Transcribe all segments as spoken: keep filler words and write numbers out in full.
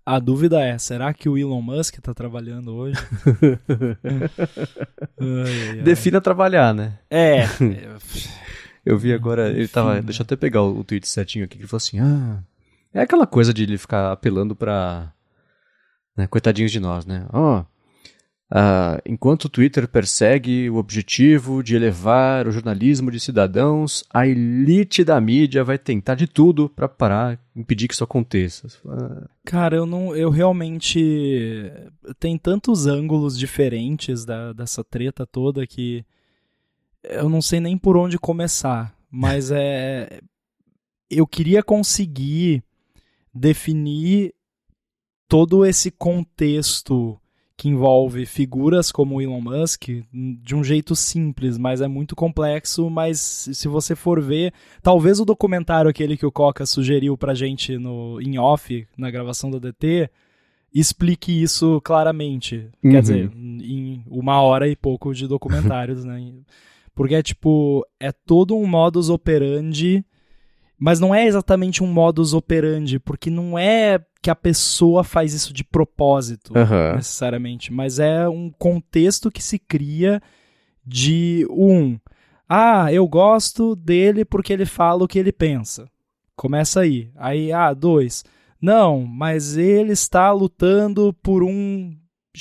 A dúvida é, será que o Elon Musk está trabalhando hoje? ai, ai, Defina trabalhar, né? É. Eu vi agora, ele tava, Enfim, deixa eu até pegar o, o tweet certinho aqui, que ele falou assim, ah, é aquela coisa de ele ficar apelando pra, né, coitadinhos de nós, né? Ó, oh, uh, enquanto o Twitter persegue o objetivo de elevar o jornalismo de cidadãos, a elite da mídia vai tentar de tudo pra parar, impedir que isso aconteça. Ah. Cara, eu não, eu realmente, tem tantos ângulos diferentes da, dessa treta toda que eu não sei nem por onde começar, mas é, eu queria conseguir definir todo esse contexto que envolve figuras como o Elon Musk de um jeito simples, mas é muito complexo, mas se você for ver, talvez o documentário aquele que o Coca sugeriu pra gente no, em off, na gravação do D T, explique isso claramente. Uhum. Quer dizer, em uma hora e pouco de documentários, né? Porque é tipo, é todo um modus operandi, mas não é exatamente um modus operandi, porque não é que a pessoa faz isso de propósito, uhum. necessariamente, mas é um contexto que se cria de um, ah, eu gosto dele porque ele fala o que ele pensa. Começa aí. Aí, ah, dois, não, mas ele está lutando por um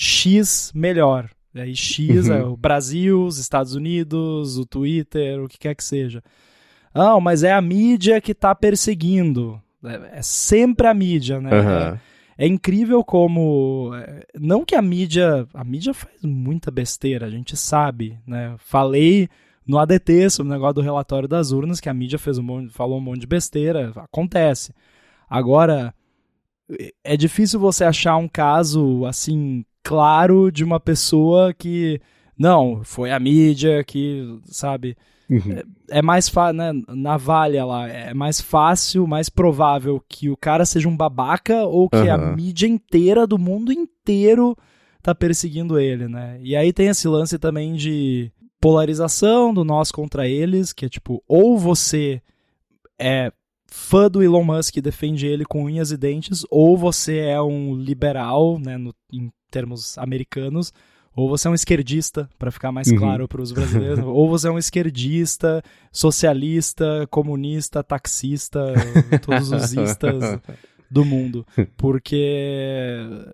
X melhor. Aí X uhum. é o Brasil, os Estados Unidos, o Twitter, o que quer que seja. Ah, mas é a mídia que está perseguindo. É, é sempre a mídia, né? Uhum. É, é incrível como... Não que a mídia... A mídia faz muita besteira, a gente sabe, né? Falei no A D T sobre o negócio do relatório das urnas, que a mídia fez um monte, falou um monte de besteira. Acontece. Agora, é difícil você achar um caso, assim... claro de uma pessoa que, não, foi a mídia que, sabe, uhum. é, é mais fácil, né, navalha lá, é mais fácil, mais provável que o cara seja um babaca ou que uhum. a mídia inteira do mundo inteiro tá perseguindo ele, né, e aí tem esse lance também de polarização do nós contra eles, que é tipo, ou você é fã do Elon Musk e defende ele com unhas e dentes, ou você é um liberal, né, no, em termos americanos, ou você é um esquerdista, para ficar mais uhum. claro para os brasileiros, ou você é um esquerdista, socialista, comunista, taxista, todos os istas do mundo, porque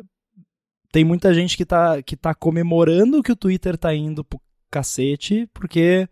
tem muita gente que tá, que tá comemorando que o Twitter tá indo pro cacete, porque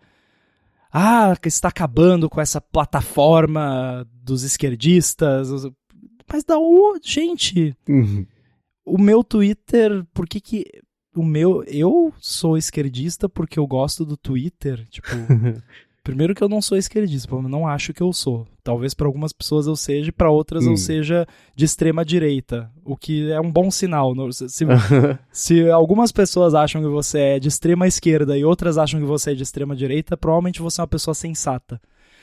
ah, que está acabando com essa plataforma dos esquerdistas, mas da onde, gente... Uhum. O meu Twitter, por que que... O meu... Eu sou esquerdista porque eu gosto do Twitter. Tipo, primeiro que eu não sou esquerdista, eu não acho que eu sou. Talvez para algumas pessoas eu seja, para outras hum. eu seja de extrema direita. O que é um bom sinal. Se, se algumas pessoas acham que você é de extrema esquerda e outras acham que você é de extrema direita, provavelmente você é uma pessoa sensata.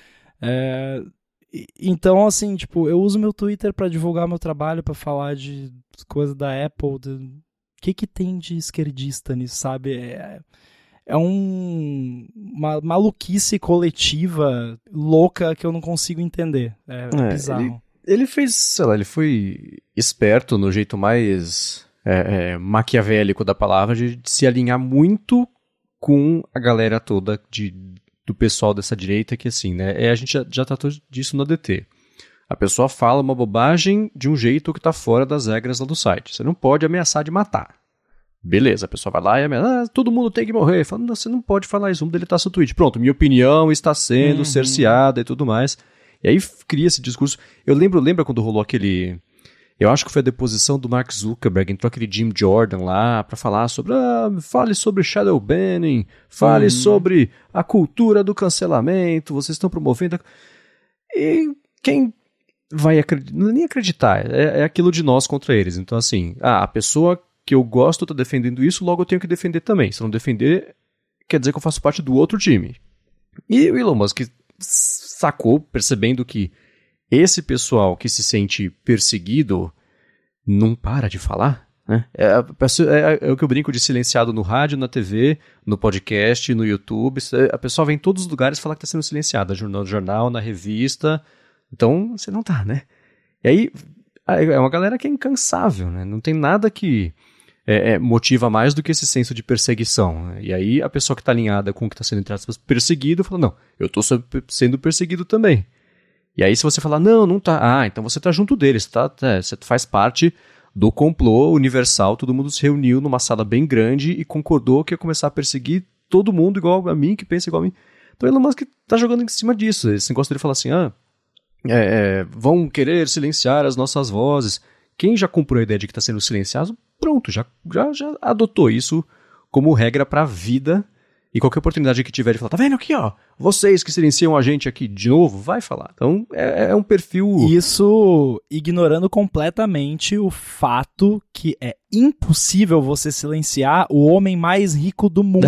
É... Então, assim, tipo, eu uso meu Twitter pra divulgar meu trabalho, pra falar de coisas da Apple. De... O que que tem de esquerdista nisso, sabe? É, é um, uma maluquice coletiva louca que eu não consigo entender. É, é bizarro. Ele, ele fez, sei lá, ele foi esperto no jeito mais é, é, maquiavélico da palavra, de, de se alinhar muito com a galera toda de... do pessoal dessa direita, que assim, né, é, a gente já, já tratou disso no A D T. A pessoa fala uma bobagem de um jeito que tá fora das regras lá do site. Você não pode ameaçar de matar. Beleza, a pessoa vai lá e ameaça, ah, todo mundo tem que morrer. Fala, não, você não pode falar isso, vamos deletar seu tweet. Pronto, minha opinião está sendo uhum. cerceada e tudo mais. E aí cria esse discurso. Eu lembro, lembra quando rolou aquele... Eu acho que foi a deposição do Mark Zuckerberg, entrou aquele Jim Jordan lá pra falar sobre, ah, fale sobre shadow banning, fale hum. sobre a cultura do cancelamento, vocês estão promovendo... E quem vai acreditar, nem acreditar, é, é aquilo de nós contra eles. Então assim, ah, a pessoa que eu gosto tá defendendo isso, logo eu tenho que defender também. Se eu não defender, quer dizer que eu faço parte do outro time. E o Elon Musk sacou, percebendo que esse pessoal que se sente perseguido não para de falar, né? É, é, é o que eu brinco de silenciado no rádio, na T V, no podcast, no YouTube. A pessoa vem em todos os lugares falar que está sendo silenciada, no jornal, na revista. Então, você não tá, né? E aí, é uma galera que é incansável, né? Não tem nada que é, é, motiva mais do que esse senso de perseguição. Né? E aí a pessoa que está alinhada com o que está sendo, entre aspas, perseguido, fala, não, eu estou sendo perseguido também. E aí se você falar, não, não tá, ah, então você tá junto deles, tá, é, você faz parte do complô universal, todo mundo se reuniu numa sala bem grande e concordou que ia começar a perseguir todo mundo igual a mim, que pensa igual a mim. Então Elon Musk tá jogando em cima disso. Esse negócio dele falar assim, ah, é, é, vão querer silenciar as nossas vozes. Quem já comprou a ideia de que está sendo silenciado, pronto, já, já, já adotou isso como regra para a vida. E qualquer oportunidade que tiver de falar, tá vendo aqui, ó, vocês que silenciam a gente aqui de novo, vai falar. Então, é, é um perfil... Isso ignorando completamente o fato que é impossível você silenciar o homem mais rico do mundo.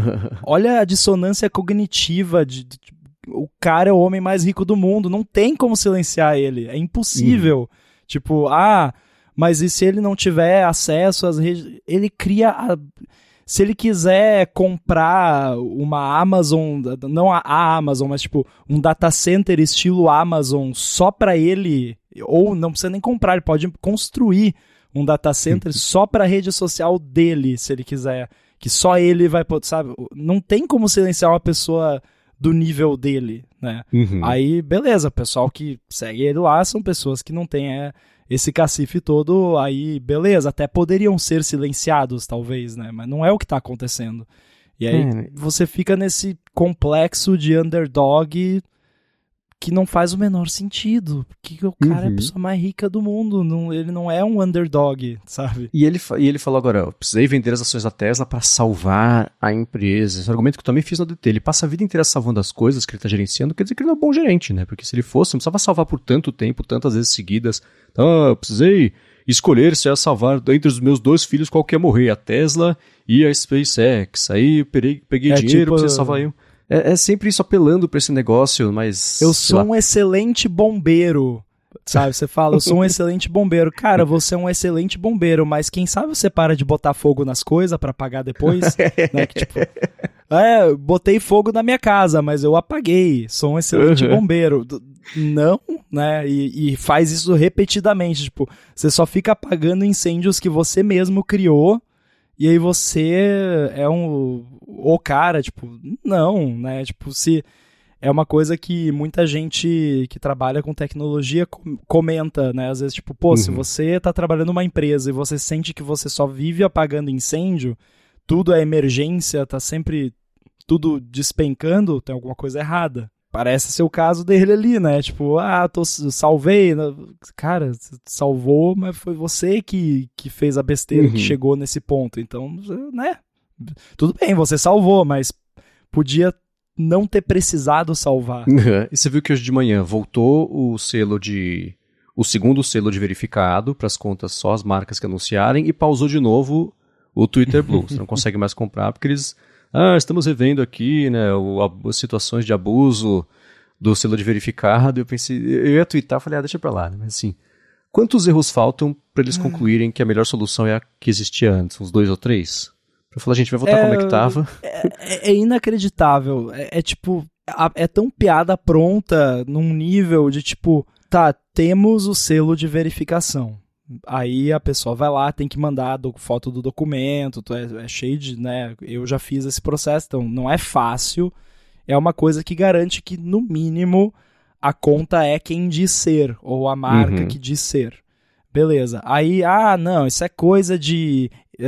Olha a dissonância cognitiva de, de, de... O cara é o homem mais rico do mundo, não tem como silenciar ele, é impossível. Uhum. Tipo, ah, mas e se ele não tiver acesso às redes... Ele cria... A... Se ele quiser comprar uma Amazon, não a Amazon, mas tipo um data center estilo Amazon só para ele, ou não precisa nem comprar, ele pode construir um data center só para a rede social dele, se ele quiser, que só ele vai poder, sabe? Não tem como silenciar uma pessoa do nível dele, né? Uhum. Aí, beleza, o pessoal que segue ele lá são pessoas que não têm é, esse cacife todo, aí beleza, até poderiam ser silenciados talvez, né, mas não é o que tá acontecendo. E aí é. Você fica nesse complexo de underdog que não faz o menor sentido, porque o cara uhum. é a pessoa mais rica do mundo, não, ele não é um underdog, sabe? E ele, e ele falou agora, eu precisei vender as ações da Tesla para salvar a empresa, esse argumento que eu também fiz no D T, ele passa a vida inteira salvando as coisas que ele está gerenciando, quer dizer que ele não é um bom gerente, né, porque se ele fosse, não precisava salvar por tanto tempo, tantas vezes seguidas, então eu precisei escolher se ia salvar entre os meus dois filhos qual que ia morrer, a Tesla e a SpaceX, aí eu peguei, peguei é, dinheiro, tipo... precisei salvar um. É, é sempre isso apelando pra esse negócio, mas... Eu sou um excelente bombeiro, sabe? Você fala, eu sou um excelente bombeiro. Cara, você é um excelente bombeiro, mas quem sabe você para de botar fogo nas coisas pra apagar depois? Né? Que, tipo, é, botei fogo na minha casa, mas eu apaguei. Sou um excelente uhum. bombeiro. Não, né? E, e faz isso repetidamente. Tipo, você só fica apagando incêndios que você mesmo criou. E aí você é um... O cara, tipo, não, né? Tipo, se... É uma coisa que muita gente que trabalha com tecnologia comenta, né? Às vezes, tipo, pô, uhum. se você tá trabalhando numa empresa e você sente que você só vive apagando incêndio, tudo é emergência, tá sempre tudo despencando, tem alguma coisa errada. Parece ser o caso dele ali, né? Tipo, ah, tô, salvei. Cara, salvou, mas foi você que, que fez a besteira, uhum. que chegou nesse ponto. Então, né? Tudo bem, você salvou, mas podia não ter precisado salvar. Uhum. E você viu que hoje de manhã voltou o selo de... O segundo selo de verificado para as contas só as marcas que anunciarem e pausou de novo o Twitter Blue. Você não consegue mais comprar porque eles... Ah, estamos revendo aqui, né, o, as situações de abuso do selo de verificado. Eu pensei, eu ia twittar, falei, ah, deixa pra lá, né? Mas assim, quantos erros faltam para eles concluírem que a melhor solução é a que existia antes? Uns dois ou três? Pra falar, gente, vai voltar é, como é que tava. É, é inacreditável. É, é tipo, é tão piada pronta num nível de tipo, tá, temos o selo de verificação. Aí a pessoa vai lá, tem que mandar do, foto do documento, é, é cheio de, né, eu já fiz esse processo, então não é fácil, é uma coisa que garante que, no mínimo, a conta é quem diz ser, ou a marca uhum. que diz ser. Beleza, aí, ah, não, isso é coisa de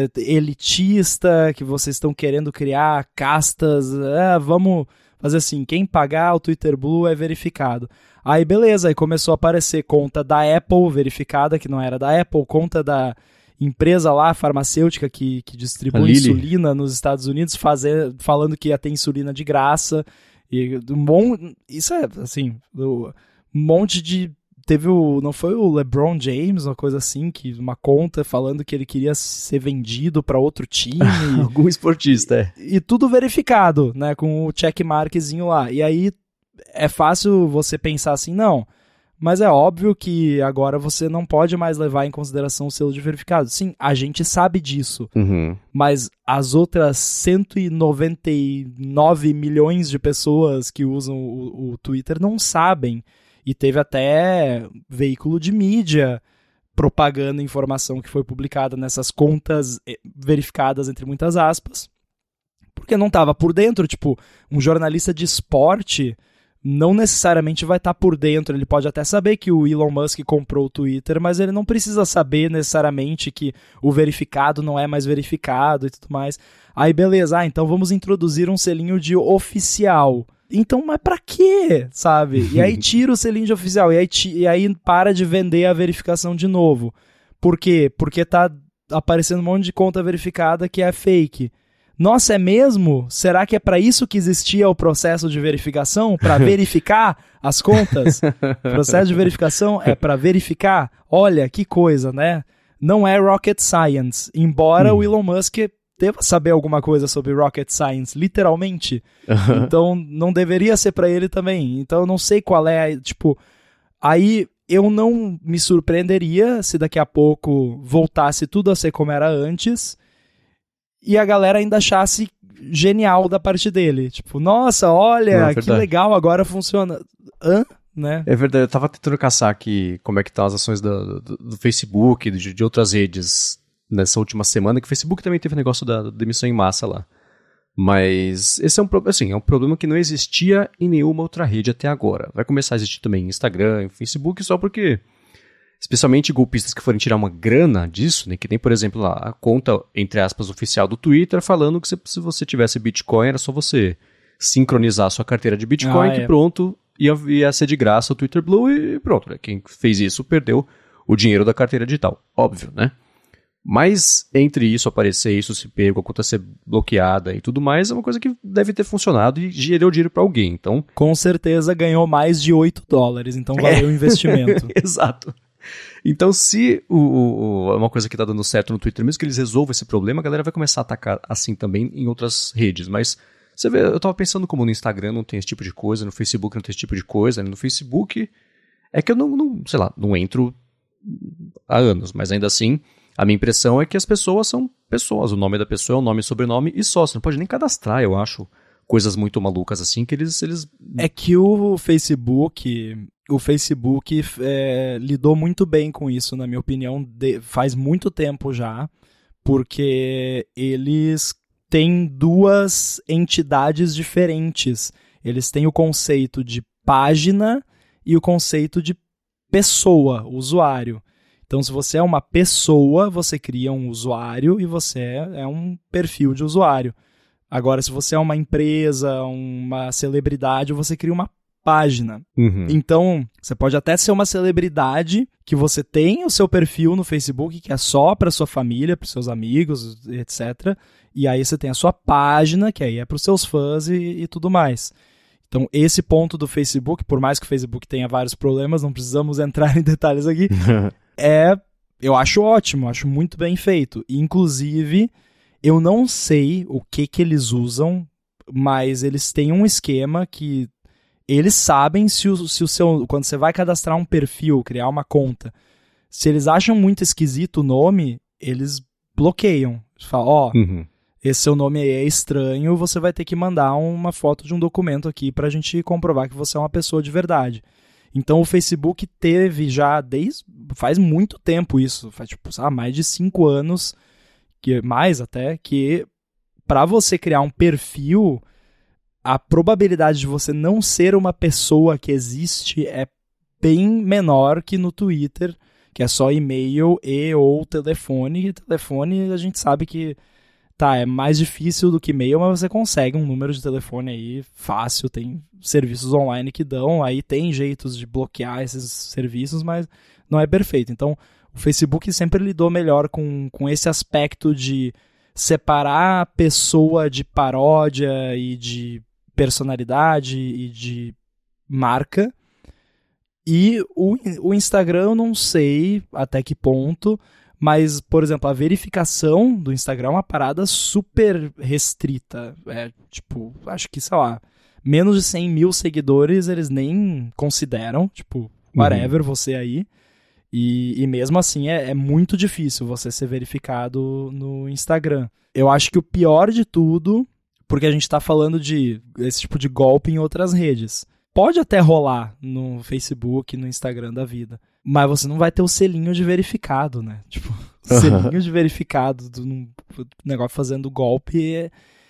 elitista, que vocês estão querendo criar castas, ah, vamos fazer assim, quem pagar o Twitter Blue é verificado. Aí beleza, aí começou a aparecer conta da Apple verificada, que não era da Apple, conta da empresa lá, farmacêutica, que, que distribui insulina nos Estados Unidos, fazer, falando que ia ter insulina de graça. E um bom, isso é, assim, um monte de... Teve o... Não foi o LeBron James, uma coisa assim, que uma conta falando que ele queria ser vendido para outro time. Algum esportista, é. E, e tudo verificado, né, com o checkmarkzinho lá. E aí... É fácil você pensar assim, não, mas é óbvio que agora você não pode mais levar em consideração o selo de verificado. Sim, a gente sabe disso, uhum. mas as outras cento e noventa e nove milhões de pessoas que usam o, o Twitter não sabem. E teve até veículo de mídia propagando informação que foi publicada nessas contas verificadas, entre muitas aspas, porque não estava por dentro. Tipo, um jornalista de esporte não necessariamente vai estar por dentro. Ele pode até saber que o Elon Musk comprou o Twitter, mas ele não precisa saber necessariamente que o verificado não é mais verificado e tudo mais. Aí beleza, ah, então vamos introduzir um selinho de oficial. Então, mas pra quê, sabe? E aí tira o selinho de oficial, e aí, e aí para de vender a verificação de novo. Por quê? Porque tá aparecendo um monte de conta verificada que é fake. Nossa, é mesmo? Será que é pra isso que existia o processo de verificação? Pra verificar as contas? O processo de verificação é pra verificar? Olha, que coisa, né? Não é rocket science, embora hum. o Elon Musk deva saber alguma coisa sobre rocket science, literalmente. Uhum. Então, não deveria ser pra ele também. Então, eu não sei qual é, tipo... Aí, eu não me surpreenderia se daqui a pouco voltasse tudo a ser como era antes e a galera ainda achasse genial da parte dele. Tipo, nossa, olha, não, que legal, agora funciona. Hã? Né? É verdade, eu tava tentando caçar aqui como é que estão as ações do, do, do Facebook, de, de outras redes nessa última semana, que o Facebook também teve um negócio da, da demissão em massa lá. Mas esse é um, assim, é um problema que não existia em nenhuma outra rede até agora. Vai começar a existir também em Instagram, em Facebook, só porque, especialmente golpistas que forem tirar uma grana disso, né, que tem, por exemplo, lá, a conta, entre aspas, oficial do Twitter, falando que se, se você tivesse Bitcoin, era só você sincronizar a sua carteira de Bitcoin, ah, que é. pronto, ia, ia ser de graça o Twitter Blue e pronto. Né? Quem fez isso perdeu o dinheiro da carteira digital. Óbvio, né? Mas entre isso aparecer, isso se pego, a conta ser bloqueada e tudo mais, é uma coisa que deve ter funcionado e gerou dinheiro para alguém, então... Com certeza ganhou mais de oito dólares, então valeu é. o investimento. Exato. Então se o, o, uma coisa que tá dando certo no Twitter, mesmo que eles resolvam esse problema, a galera vai começar a atacar assim também em outras redes, mas... Você vê, eu tava pensando como no Instagram não tem esse tipo de coisa, no Facebook não tem esse tipo de coisa, no Facebook é que eu não, não sei lá, não entro há anos, mas ainda assim... A minha impressão é que as pessoas são pessoas. O nome da pessoa é o nome e sobrenome e só. Você não pode nem cadastrar, eu acho, coisas muito malucas assim que eles... eles... É que o Facebook, o Facebook é, lidou muito bem com isso, na minha opinião, de, faz muito tempo já, porque eles têm duas entidades diferentes. Eles têm o conceito de página e o conceito de pessoa, usuário. Então, se você é uma pessoa, você cria um usuário e você é um perfil de usuário. Agora, se você é uma empresa, uma celebridade, você cria uma página. Uhum. Então, você pode até ser uma celebridade que você tem o seu perfil no Facebook, que é só para sua família, para seus amigos, etcétera. E aí você tem a sua página, que aí é para os seus fãs e, e tudo mais. Então, esse ponto do Facebook, por mais que o Facebook tenha vários problemas, não precisamos entrar em detalhes aqui, é, eu acho ótimo, acho muito bem feito. Inclusive, eu não sei o que que eles usam, mas eles têm um esquema que eles sabem se o, se o seu... Quando você vai cadastrar um perfil, criar uma conta, se eles acham muito esquisito o nome, eles bloqueiam. Eles falam, ó... Oh, uhum. Esse seu nome aí é estranho, você vai ter que mandar uma foto de um documento aqui pra gente comprovar que você é uma pessoa de verdade. Então o Facebook teve já, desde, faz muito tempo isso, faz tipo, sabe, mais de cinco anos, que, mais até, que pra você criar um perfil, a probabilidade de você não ser uma pessoa que existe é bem menor que no Twitter, que é só e-mail e ou telefone. E telefone a gente sabe que tá, é mais difícil do que e-mail, mas você consegue um número de telefone aí fácil, tem serviços online que dão, aí tem jeitos de bloquear esses serviços, mas não é perfeito. Então, o Facebook sempre lidou melhor com, com esse aspecto de separar a pessoa de paródia e de personalidade e de marca. E o, o Instagram eu não sei até que ponto... Mas, por exemplo, a verificação do Instagram é uma parada super restrita. É, tipo, acho que, sei lá, menos de cem mil seguidores eles nem consideram. Tipo, whatever, uhum. você aí. E, e mesmo assim é, é muito difícil você ser verificado no Instagram. Eu acho que o pior de tudo, porque a gente tá falando de esse tipo de golpe em outras redes. Pode até rolar no Facebook, no Instagram da vida. mas você não vai ter o selinho de verificado, né? Tipo, o Uhum. selinho de verificado do num negócio fazendo golpe é,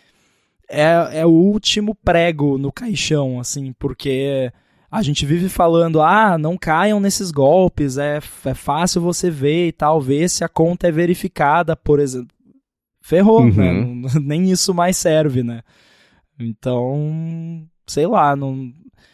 é, é o último prego no caixão, assim, porque a gente vive falando, ah, não caiam nesses golpes, é, é fácil você ver e tal, ver se a conta é verificada, por exemplo. Ferrou, Uhum. né? Não, nem isso mais serve, né? Então, sei lá, não...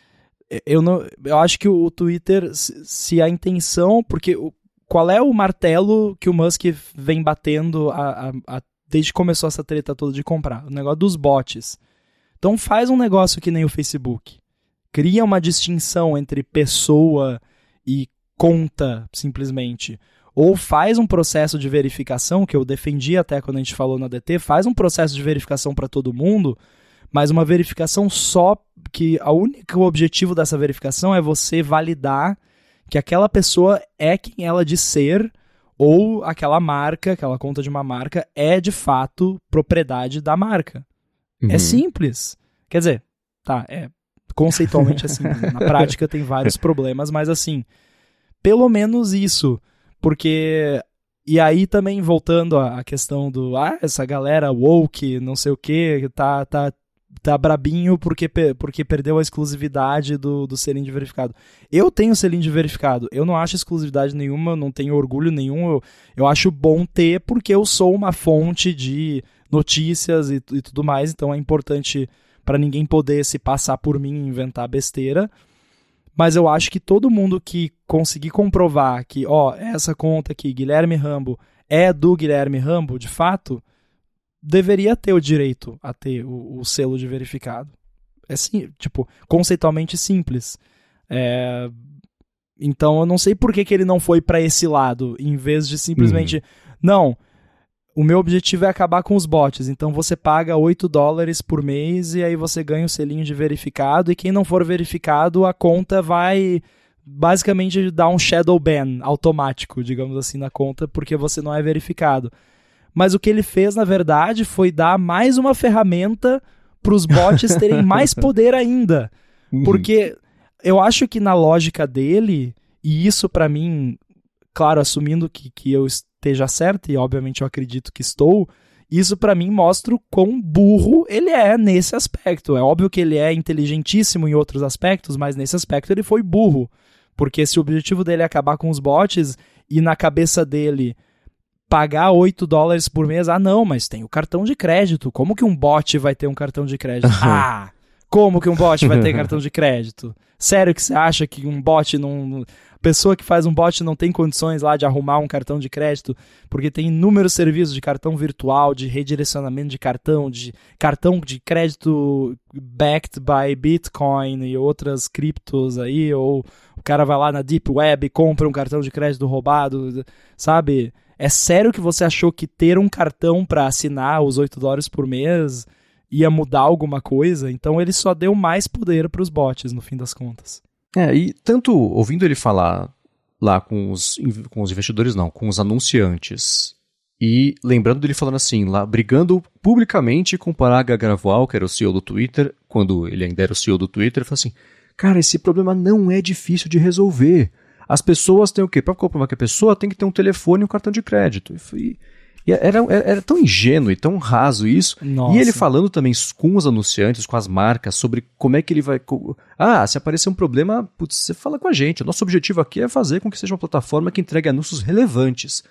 Eu, não, eu acho que o Twitter, se, se a intenção... Porque o, qual é o martelo que o Musk vem batendo a, a, a, desde que começou essa treta toda de comprar? O negócio dos bots. Então faz um negócio que nem o Facebook. Cria uma distinção entre pessoa e conta, simplesmente. Ou faz um processo de verificação, que eu defendi até quando a gente falou na D T, faz um processo de verificação para todo mundo, mas uma verificação só, que o único objetivo dessa verificação é você validar que aquela pessoa é quem ela diz ser, ou aquela marca, aquela conta de uma marca, é de fato propriedade da marca. Uhum. É simples. Quer dizer, tá, é conceitualmente é simples. Na prática tem vários problemas, mas assim, pelo menos isso. Porque... E aí também, voltando à questão do... Ah, essa galera woke, não sei o que, tá... tá tá brabinho porque, porque perdeu a exclusividade do, do selinho de verificado. Eu tenho selinho de verificado, eu não acho exclusividade nenhuma, não tenho orgulho nenhum, eu, eu acho bom ter porque eu sou uma fonte de notícias e, e tudo mais, então é importante para ninguém poder se passar por mim e inventar besteira, mas eu acho que todo mundo que conseguir comprovar que, ó, essa conta aqui, Guilherme Rambo, é do Guilherme Rambo, de fato, deveria ter o direito a ter o, o selo de verificado. É assim, tipo, conceitualmente simples. É... Então eu não sei por que, que ele não foi para esse lado, em vez de simplesmente, uhum. não, o meu objetivo é acabar com os bots, então você paga oito dólares por mês e aí você ganha o selinho de verificado e quem não for verificado, a conta vai basicamente dar um shadow ban automático, digamos assim, na conta, porque você não é verificado. Mas o que ele fez, na verdade, foi dar mais uma ferramenta para os bots terem mais poder ainda. Uhum. Porque eu acho que na lógica dele, e isso para mim, claro, assumindo que, que eu esteja certo, e obviamente eu acredito que estou, isso para mim mostra o quão burro ele é nesse aspecto. É óbvio que ele é inteligentíssimo em outros aspectos, mas nesse aspecto ele foi burro. Porque se o objetivo dele é acabar com os bots, e na cabeça dele... pagar oito dólares por mês, ah não, mas tem o cartão de crédito, como que um bot vai ter um cartão de crédito? Ah, como que um bot vai ter cartão de crédito? Sério que você acha que um bot não... pessoa que faz um bot não tem condições lá de arrumar um cartão de crédito, porque tem inúmeros serviços de cartão virtual, de redirecionamento de cartão, de cartão de crédito backed by Bitcoin e outras criptos aí, ou o cara vai lá na Deep Web e compra um cartão de crédito roubado, sabe? É sério que você achou que ter um cartão para assinar os oito dólares por mês ia mudar alguma coisa? Então ele só deu mais poder para os bots, no fim das contas. É, e tanto ouvindo ele falar lá com os, com os investidores, não, com os anunciantes, e lembrando dele falando assim, lá brigando publicamente com o Parag Agrawal, que era o C E O do Twitter, quando ele ainda era o C E O do Twitter, ele falou assim, cara, esse problema não é difícil de resolver. As pessoas têm o quê? Para comprovar que a pessoa tem que ter um telefone e um cartão de crédito. E, e era, era tão ingênuo e tão raso isso. Nossa. E ele falando também com os anunciantes, com as marcas, sobre como é que ele vai... Ah, se aparecer um problema, putz, você fala com a gente. O nosso objetivo aqui é fazer com que seja uma plataforma que entregue anúncios relevantes.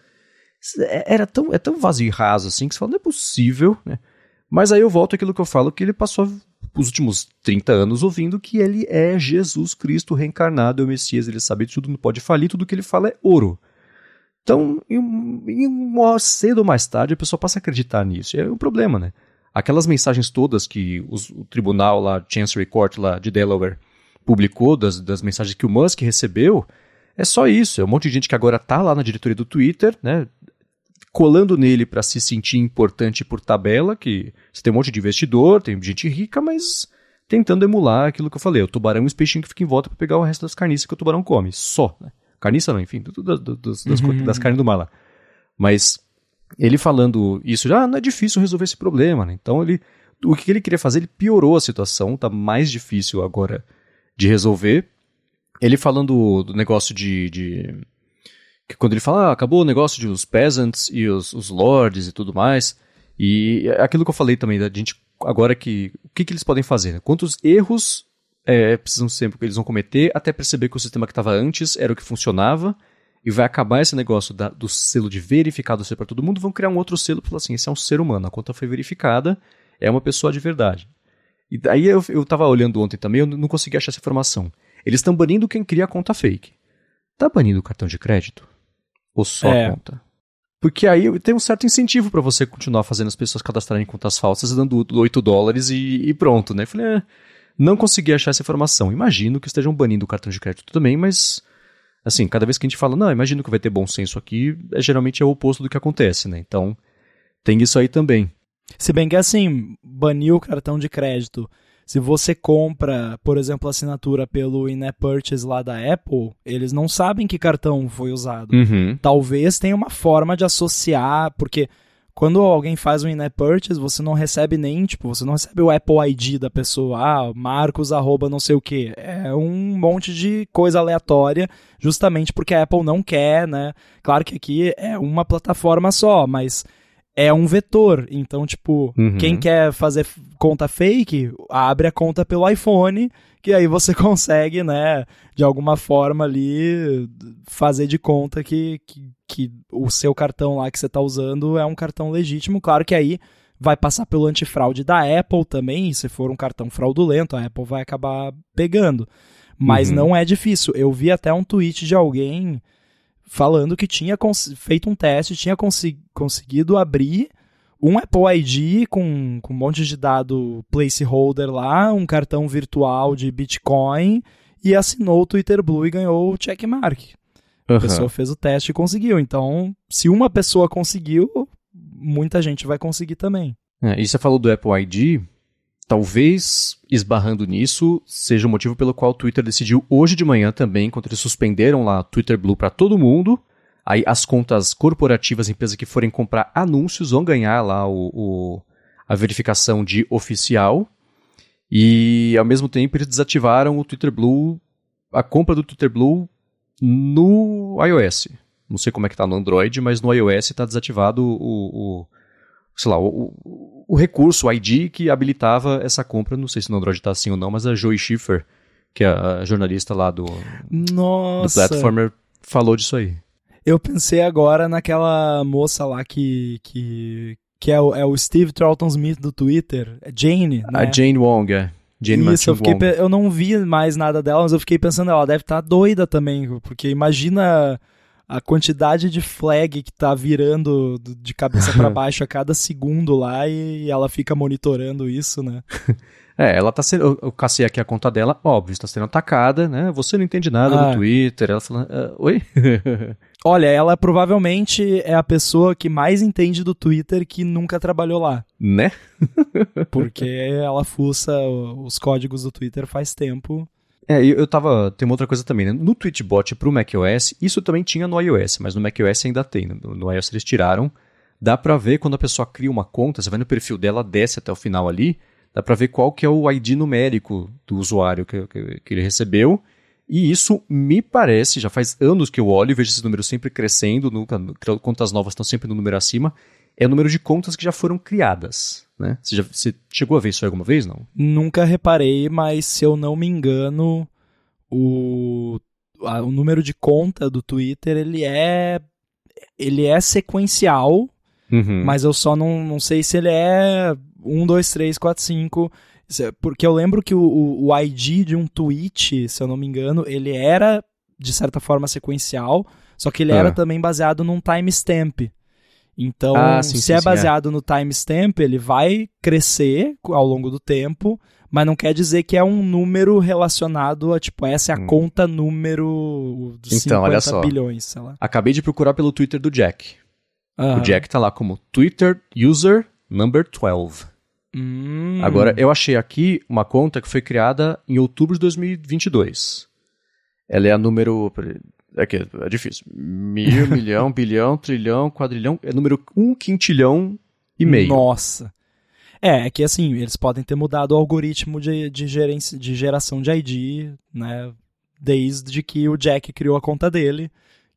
Era tão, é tão vazio e raso assim que você fala, não é possível, né? Mas aí eu volto àquilo que eu falo, que ele passou os últimos trinta anos ouvindo que ele é Jesus Cristo reencarnado, é o Messias, ele sabe de tudo, não pode falir, tudo que ele fala é ouro. Então, em, em, cedo ou mais tarde, a pessoa passa a acreditar nisso. E é um problema, né? Aquelas mensagens todas que os, o tribunal lá, Chancery Court lá de Delaware, publicou, das, das mensagens que o Musk recebeu, é só isso. É um monte de gente que agora tá lá na diretoria do Twitter, né? Colando nele para se sentir importante por tabela, que você tem um monte de investidor, tem gente rica, mas tentando emular aquilo que eu falei, o tubarão e os peixinhos que ficam em volta para pegar o resto das carniças que o tubarão come, só, né? Carniça não, enfim, tudo das, das, das, uhum. das carnes do mar lá. Mas ele falando isso, já ah, não é difícil resolver esse problema, né? Então ele, o que ele queria fazer, ele piorou a situação, tá mais difícil agora de resolver. Ele falando do negócio de... de Que quando ele fala, ah, acabou o negócio de os peasants e os, os lords e tudo mais. E aquilo que eu falei também, da gente, agora que, o que, que eles podem fazer? Né? Quantos erros é, precisam sempre que eles vão cometer até perceber que o sistema que estava antes era o que funcionava e vai acabar esse negócio da, do selo de verificado ser para todo mundo, vão criar um outro selo para falar assim, esse é um ser humano, a conta foi verificada, é uma pessoa de verdade. E daí eu, eu tava olhando ontem também, eu não consegui achar essa informação. Eles estão banindo quem cria a conta fake. Tá banindo o cartão de crédito? Ou só É. a conta? Porque aí tem um certo incentivo para você continuar fazendo as pessoas cadastrarem contas falsas, dando oito dólares e, e pronto, né? Falei, é, não consegui achar essa informação. Imagino que estejam banindo o cartão de crédito também, mas, assim, cada vez que a gente fala, não, imagino que vai ter bom senso aqui, é, geralmente é o oposto do que acontece, né? Então, tem isso aí também. Se bem que, assim, banir o cartão de crédito, se você compra, por exemplo, a assinatura pelo in-app purchase lá da Apple, eles não sabem que cartão foi usado. Uhum. Talvez tenha uma forma de associar, porque quando alguém faz um in-app purchase, você não recebe nem, tipo, você não recebe o Apple I D da pessoa, ah, Marcos, arroba, não sei o quê. É um monte de coisa aleatória, justamente porque a Apple não quer, né? Claro que aqui é uma plataforma só, mas é um vetor, então, tipo, Uhum. quem quer fazer conta fake, abre a conta pelo iPhone, que aí você consegue, né, de alguma forma ali, fazer de conta que, que, que o seu cartão lá que você tá usando é um cartão legítimo. Claro que aí vai passar pelo antifraude da Apple também, se for um cartão fraudulento, a Apple vai acabar pegando. Mas Uhum. não é difícil. Eu vi até um tweet de alguém falando que tinha cons- feito um teste, tinha consi- conseguido abrir um Apple I D com, com um monte de dado placeholder lá, um cartão virtual de Bitcoin, e assinou o Twitter Blue e ganhou o checkmark. A Uhum. pessoa fez o teste e conseguiu. Então, se uma pessoa conseguiu, muita gente vai conseguir também. É, e você falou do Apple I D, talvez, esbarrando nisso, seja o motivo pelo qual o Twitter decidiu hoje de manhã também, quando eles suspenderam lá o Twitter Blue para todo mundo, aí as contas corporativas, empresas que forem comprar anúncios, vão ganhar lá o, o- a verificação de oficial, e ao mesmo tempo eles desativaram o Twitter Blue, a compra do Twitter Blue no iOS. Não sei como é que tá no Android, mas no iOS está desativado o... o sei lá, o, o, o recurso, o I D que habilitava essa compra, não sei se no Android tá assim ou não, mas a Joy Schiffer, que é a jornalista lá do, do Nossa! Platformer, falou disso aí. Eu pensei agora naquela moça lá que, que, que é, o, é o Steve Troughton Smith do Twitter, é Jane, né? A Jane Wong, é. Jane Isso, Martin eu, fiquei, Wong. pe- eu não vi mais nada dela, mas eu fiquei pensando, ela deve estar doida também, porque imagina a quantidade de flag que tá virando do- de cabeça pra baixo a cada segundo lá e ela fica monitorando isso, né? É, ela tá sendo. Eu, eu cacei aqui a conta dela, óbvio, está sendo atacada, né? Você não entende nada Ah. do Twitter. Ela falando, ah, oi? Olha, ela provavelmente é a pessoa que mais entende do Twitter que nunca trabalhou lá, né? porque ela fuça o- os códigos do Twitter faz tempo. É, eu, eu tava. Tem uma outra coisa também, né? No Tweetbot pro macOS, isso também tinha no iOS, mas no macOS ainda tem. No, no iOS eles tiraram. Dá pra ver quando a pessoa cria uma conta, você vai no perfil dela, desce até o final ali, dá pra ver qual que é o I D numérico do usuário que, que, que ele recebeu. E isso me parece, já faz anos que eu olho e vejo esses números sempre crescendo, nunca, contas novas estão sempre no número acima, é o número de contas que já foram criadas, né? Você, já, você chegou a ver isso aí alguma vez, não? Nunca reparei, mas se eu não me engano, o, a- o número de conta do Twitter, ele é, ele é sequencial, Uhum. mas eu só não, não sei se ele é um, dois, três, quatro, cinco... Se- Porque eu lembro que o, o, o I D de um tweet, se eu não me engano, ele era, de certa forma, sequencial, só que ele Ah. era também baseado num timestamp. Então, Ah, sim, se sim, é sim, baseado no timestamp, ele vai crescer ao longo do tempo, mas não quer dizer que é um número relacionado a, tipo, essa é a Hum. conta número Então, cinquenta olha só. bilhões, sei lá. Acabei de procurar pelo Twitter do Jack. Aham. O Jack tá lá como Twitter User Number doze. Hum. Agora, eu achei aqui uma conta que foi criada em outubro de dois mil e vinte e dois. Ela é a número... Aqui, é difícil. Mil, milhão, bilhão, trilhão, quadrilhão. É número um quintilhão e meio. Nossa. É, é que assim, eles podem ter mudado o algoritmo de, de, gerência, de geração de I D, né? Desde que o Jack criou a conta dele,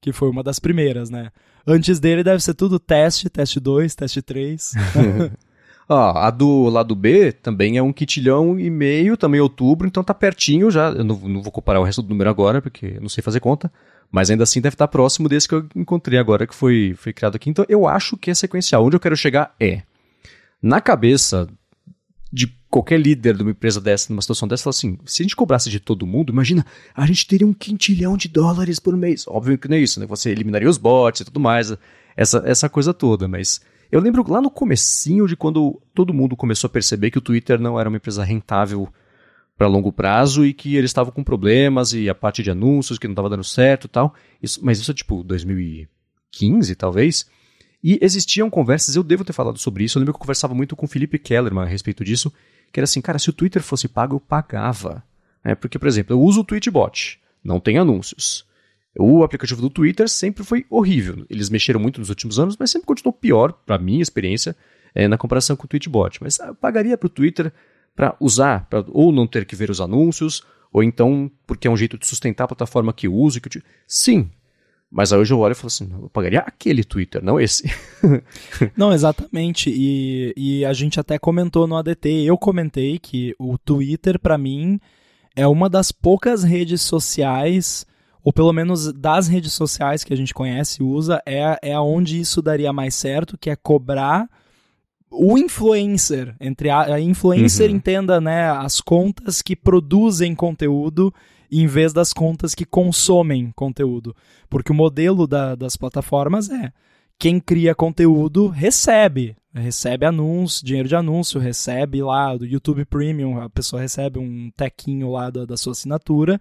que foi uma das primeiras, né? Antes dele deve ser tudo teste, teste dois, teste três. Ah, a do lado B também é um quintilhão e meio, também outubro, então tá pertinho já. Eu não, não vou comparar o resto do número agora, porque eu não sei fazer conta. Mas ainda assim deve estar próximo desse que eu encontrei agora, que foi, foi criado aqui. Então eu acho que é sequencial. Onde eu quero chegar é, na cabeça de qualquer líder de uma empresa dessa, numa situação dessa, fala assim, se a gente cobrasse de todo mundo, imagina, a gente teria um quintilhão de dólares por mês. Óbvio que não é isso, né? Você eliminaria os bots e tudo mais, essa, essa coisa toda. Mas eu lembro lá no comecinho de quando todo mundo começou a perceber que o Twitter não era uma empresa rentável para longo prazo e que eles estavam com problemas e a parte de anúncios que não estava dando certo e tal. Isso, mas isso é tipo dois mil e quinze, talvez. E existiam conversas, eu devo ter falado sobre isso, eu lembro que eu conversava muito com o Felipe Kellerman a respeito disso, que era assim, cara, se o Twitter fosse pago, eu pagava. É, porque, por exemplo, eu uso o Tweetbot, não tem anúncios. O aplicativo do Twitter sempre foi horrível. Eles mexeram muito nos últimos anos, mas sempre continuou pior, para minha experiência, é, na comparação com o Tweetbot. Mas eu pagaria para o Twitter para usar, pra, ou não ter que ver os anúncios, ou então porque é um jeito de sustentar a plataforma que eu uso. Que eu te... Sim. Mas aí hoje eu olho e falo assim, eu pagaria aquele Twitter, não esse. Não, exatamente. E, e a gente até comentou no A D T, eu comentei que o Twitter, para mim, é uma das poucas redes sociais, ou pelo menos das redes sociais que a gente conhece e usa, é, é onde isso daria mais certo, que é cobrar o influencer. Entre a, a influencer, uhum. Entenda, né, as contas que produzem conteúdo, em vez das contas que consomem conteúdo. Porque o modelo da, das plataformas é quem cria conteúdo recebe. Recebe anúncio, dinheiro de anúncio, recebe lá do YouTube Premium, a pessoa recebe um tequinho lá da, da sua assinatura.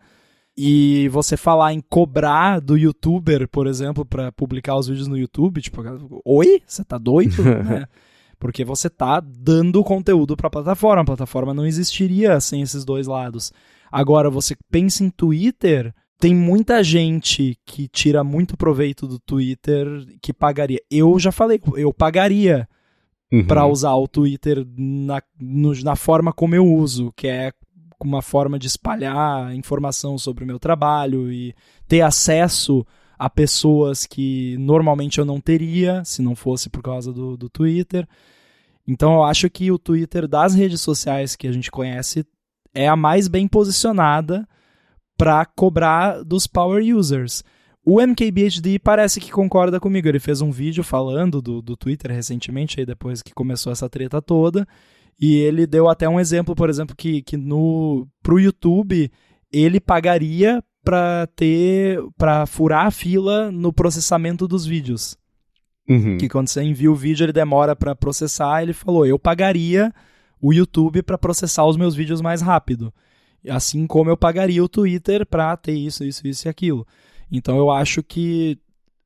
E você falar em cobrar do YouTuber, por exemplo, para publicar os vídeos no YouTube, tipo, oi? Você tá doido? Né? Porque você tá dando conteúdo para a plataforma. A plataforma não existiria sem esses dois lados. Agora, você pensa em Twitter, tem muita gente que tira muito proveito do Twitter que pagaria. Eu já falei, eu pagaria uhum. para usar o Twitter na, no, na forma como eu uso, que é uma forma de espalhar informação sobre o meu trabalho e ter acesso a pessoas que normalmente eu não teria, se não fosse por causa do, do Twitter. Então, eu acho que o Twitter das redes sociais que a gente conhece é a mais bem posicionada para cobrar dos power users. O M K B H D parece que concorda comigo. Ele fez um vídeo falando do, do Twitter recentemente, aí depois que começou essa treta toda, e ele deu até um exemplo, por exemplo, que, que no, pro YouTube ele pagaria para ter, para furar a fila no processamento dos vídeos. Uhum. Que quando você envia o vídeo, ele demora para processar. Ele falou, eu pagaria o YouTube para processar os meus vídeos mais rápido. Assim como eu pagaria o Twitter para ter isso, isso, isso e aquilo. Então eu acho que,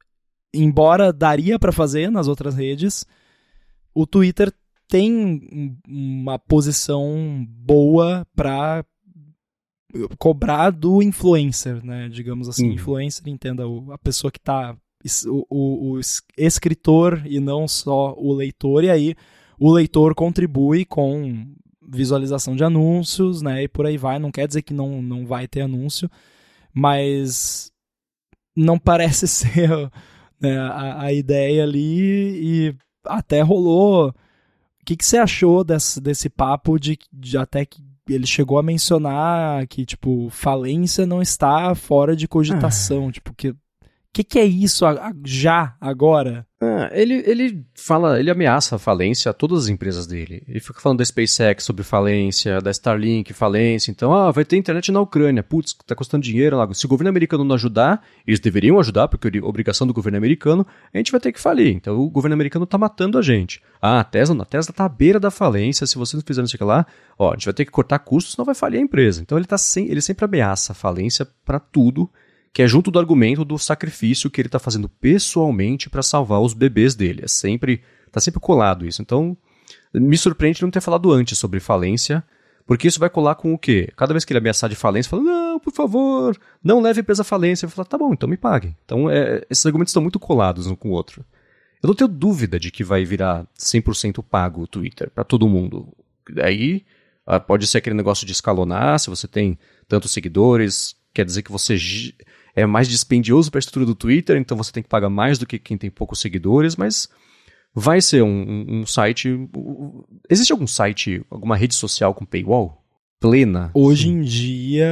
embora daria para fazer nas outras redes, o Twitter tem uma posição boa para cobrar do influencer, né? Digamos assim, uhum. Influencer, entenda, a pessoa que está, o, o, o escritor e não só o leitor, e aí o leitor contribui com visualização de anúncios, né, e por aí vai. Não quer dizer que não, não vai ter anúncio, mas não parece ser, né, a, a ideia ali, e até rolou... O que, que você achou desse, desse papo de, de até que ele chegou a mencionar que, tipo, falência não está fora de cogitação, ah. tipo, que... O que, que é isso a, a, já, agora? Ah, ele, ele fala, ele ameaça a falência a todas as empresas dele. Ele fica falando da SpaceX sobre falência, da Starlink, falência. Então, ah, vai ter internet na Ucrânia. Putz, tá custando dinheiro lá. Se o governo americano não ajudar, eles deveriam ajudar, porque é obrigação do governo americano, a gente vai ter que falir. Então, o governo americano tá matando a gente. Ah, a Tesla, a Tesla tá à beira da falência. Se vocês não fizerem isso aqui lá, ó, a gente vai ter que cortar custos, senão vai falir a empresa. Então, ele, tá sem, ele sempre ameaça a falência para tudo, que é junto do argumento do sacrifício que ele está fazendo pessoalmente para salvar os bebês dele. É sempre, tá sempre colado isso. Então, me surpreende não ter falado antes sobre falência, porque isso vai colar com o quê? Cada vez que ele ameaçar de falência, fala, não, por favor, não leve a empresa à falência. Eu falo, tá bom, então me pague. Então, é, esses argumentos estão muito colados um com o outro. Eu não tenho dúvida de que vai virar cem por cento pago o Twitter para todo mundo. Aí, pode ser aquele negócio de escalonar, se você tem tantos seguidores, quer dizer que você... é mais dispendioso para a estrutura do Twitter, então você tem que pagar mais do que quem tem poucos seguidores, mas vai ser um, um, um site... Existe algum site, alguma rede social com paywall? Plena? Hoje Sim. em dia,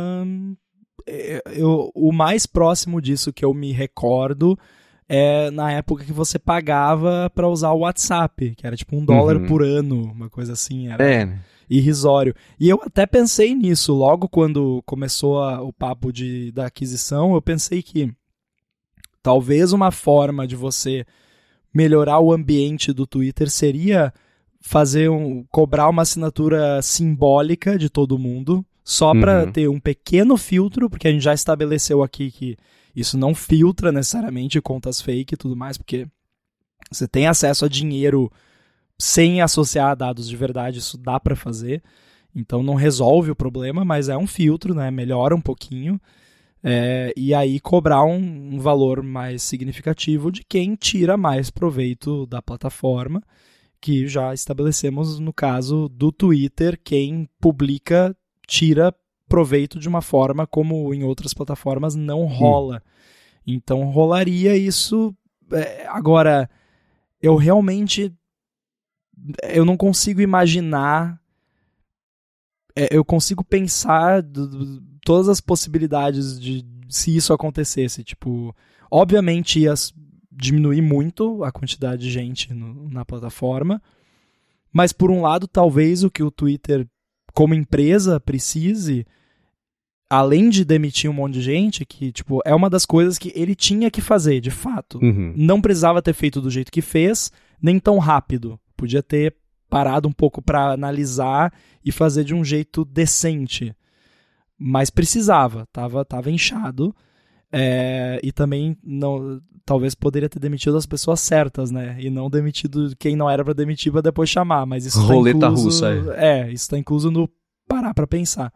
eu, o mais próximo disso que eu me recordo é na época que você pagava para usar o WhatsApp, que era tipo um dólar Uhum. por ano, uma coisa assim, era É, né? irrisório. E eu até pensei nisso, logo quando começou a, o papo de, da aquisição, eu pensei que talvez uma forma de você melhorar o ambiente do Twitter seria fazer um, cobrar uma assinatura simbólica de todo mundo, só para Uhum. ter um pequeno filtro, porque a gente já estabeleceu aqui que isso não filtra necessariamente contas fake e tudo mais, porque você tem acesso a dinheiro sem associar dados de verdade, isso dá para fazer. Então não resolve o problema, mas é um filtro, né? Melhora um pouquinho. É, e aí cobrar um, um valor mais significativo de quem tira mais proveito da plataforma, que já estabelecemos no caso do Twitter, quem publica tira proveito de uma forma como em outras plataformas não rola. Hum. Então rolaria isso. É, agora, eu realmente eu não consigo imaginar, é, eu consigo pensar do, do, todas as possibilidades de se isso acontecesse. Tipo, obviamente ia diminuir muito a quantidade de gente no, na plataforma, mas por um lado talvez o que o Twitter como empresa precise, além de demitir um monte de gente, que tipo, é uma das coisas que ele tinha que fazer, de fato. Uhum. Não precisava ter feito do jeito que fez, nem tão rápido. Podia ter parado um pouco para analisar e fazer de um jeito decente. Mas precisava, tava, tava inchado. É, e também não, talvez poderia ter demitido as pessoas certas, né? E não demitido quem não era para demitir para depois chamar. Mas isso está incluso. Russa, é. é, isso está incluso no parar para pensar.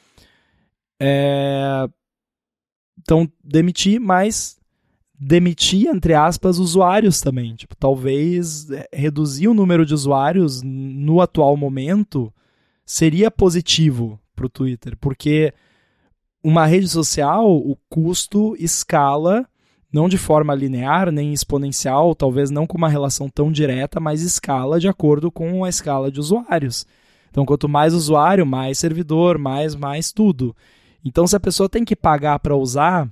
É, então, demitir, mas demitir, entre aspas, usuários também. Tipo, talvez reduzir o número de usuários no atual momento seria positivo para o Twitter, porque uma rede social, o custo escala, não de forma linear, nem exponencial, talvez não com uma relação tão direta, mas escala de acordo com a escala de usuários. Então, quanto mais usuário, mais servidor, mais, mais tudo. Então, se a pessoa tem que pagar para usar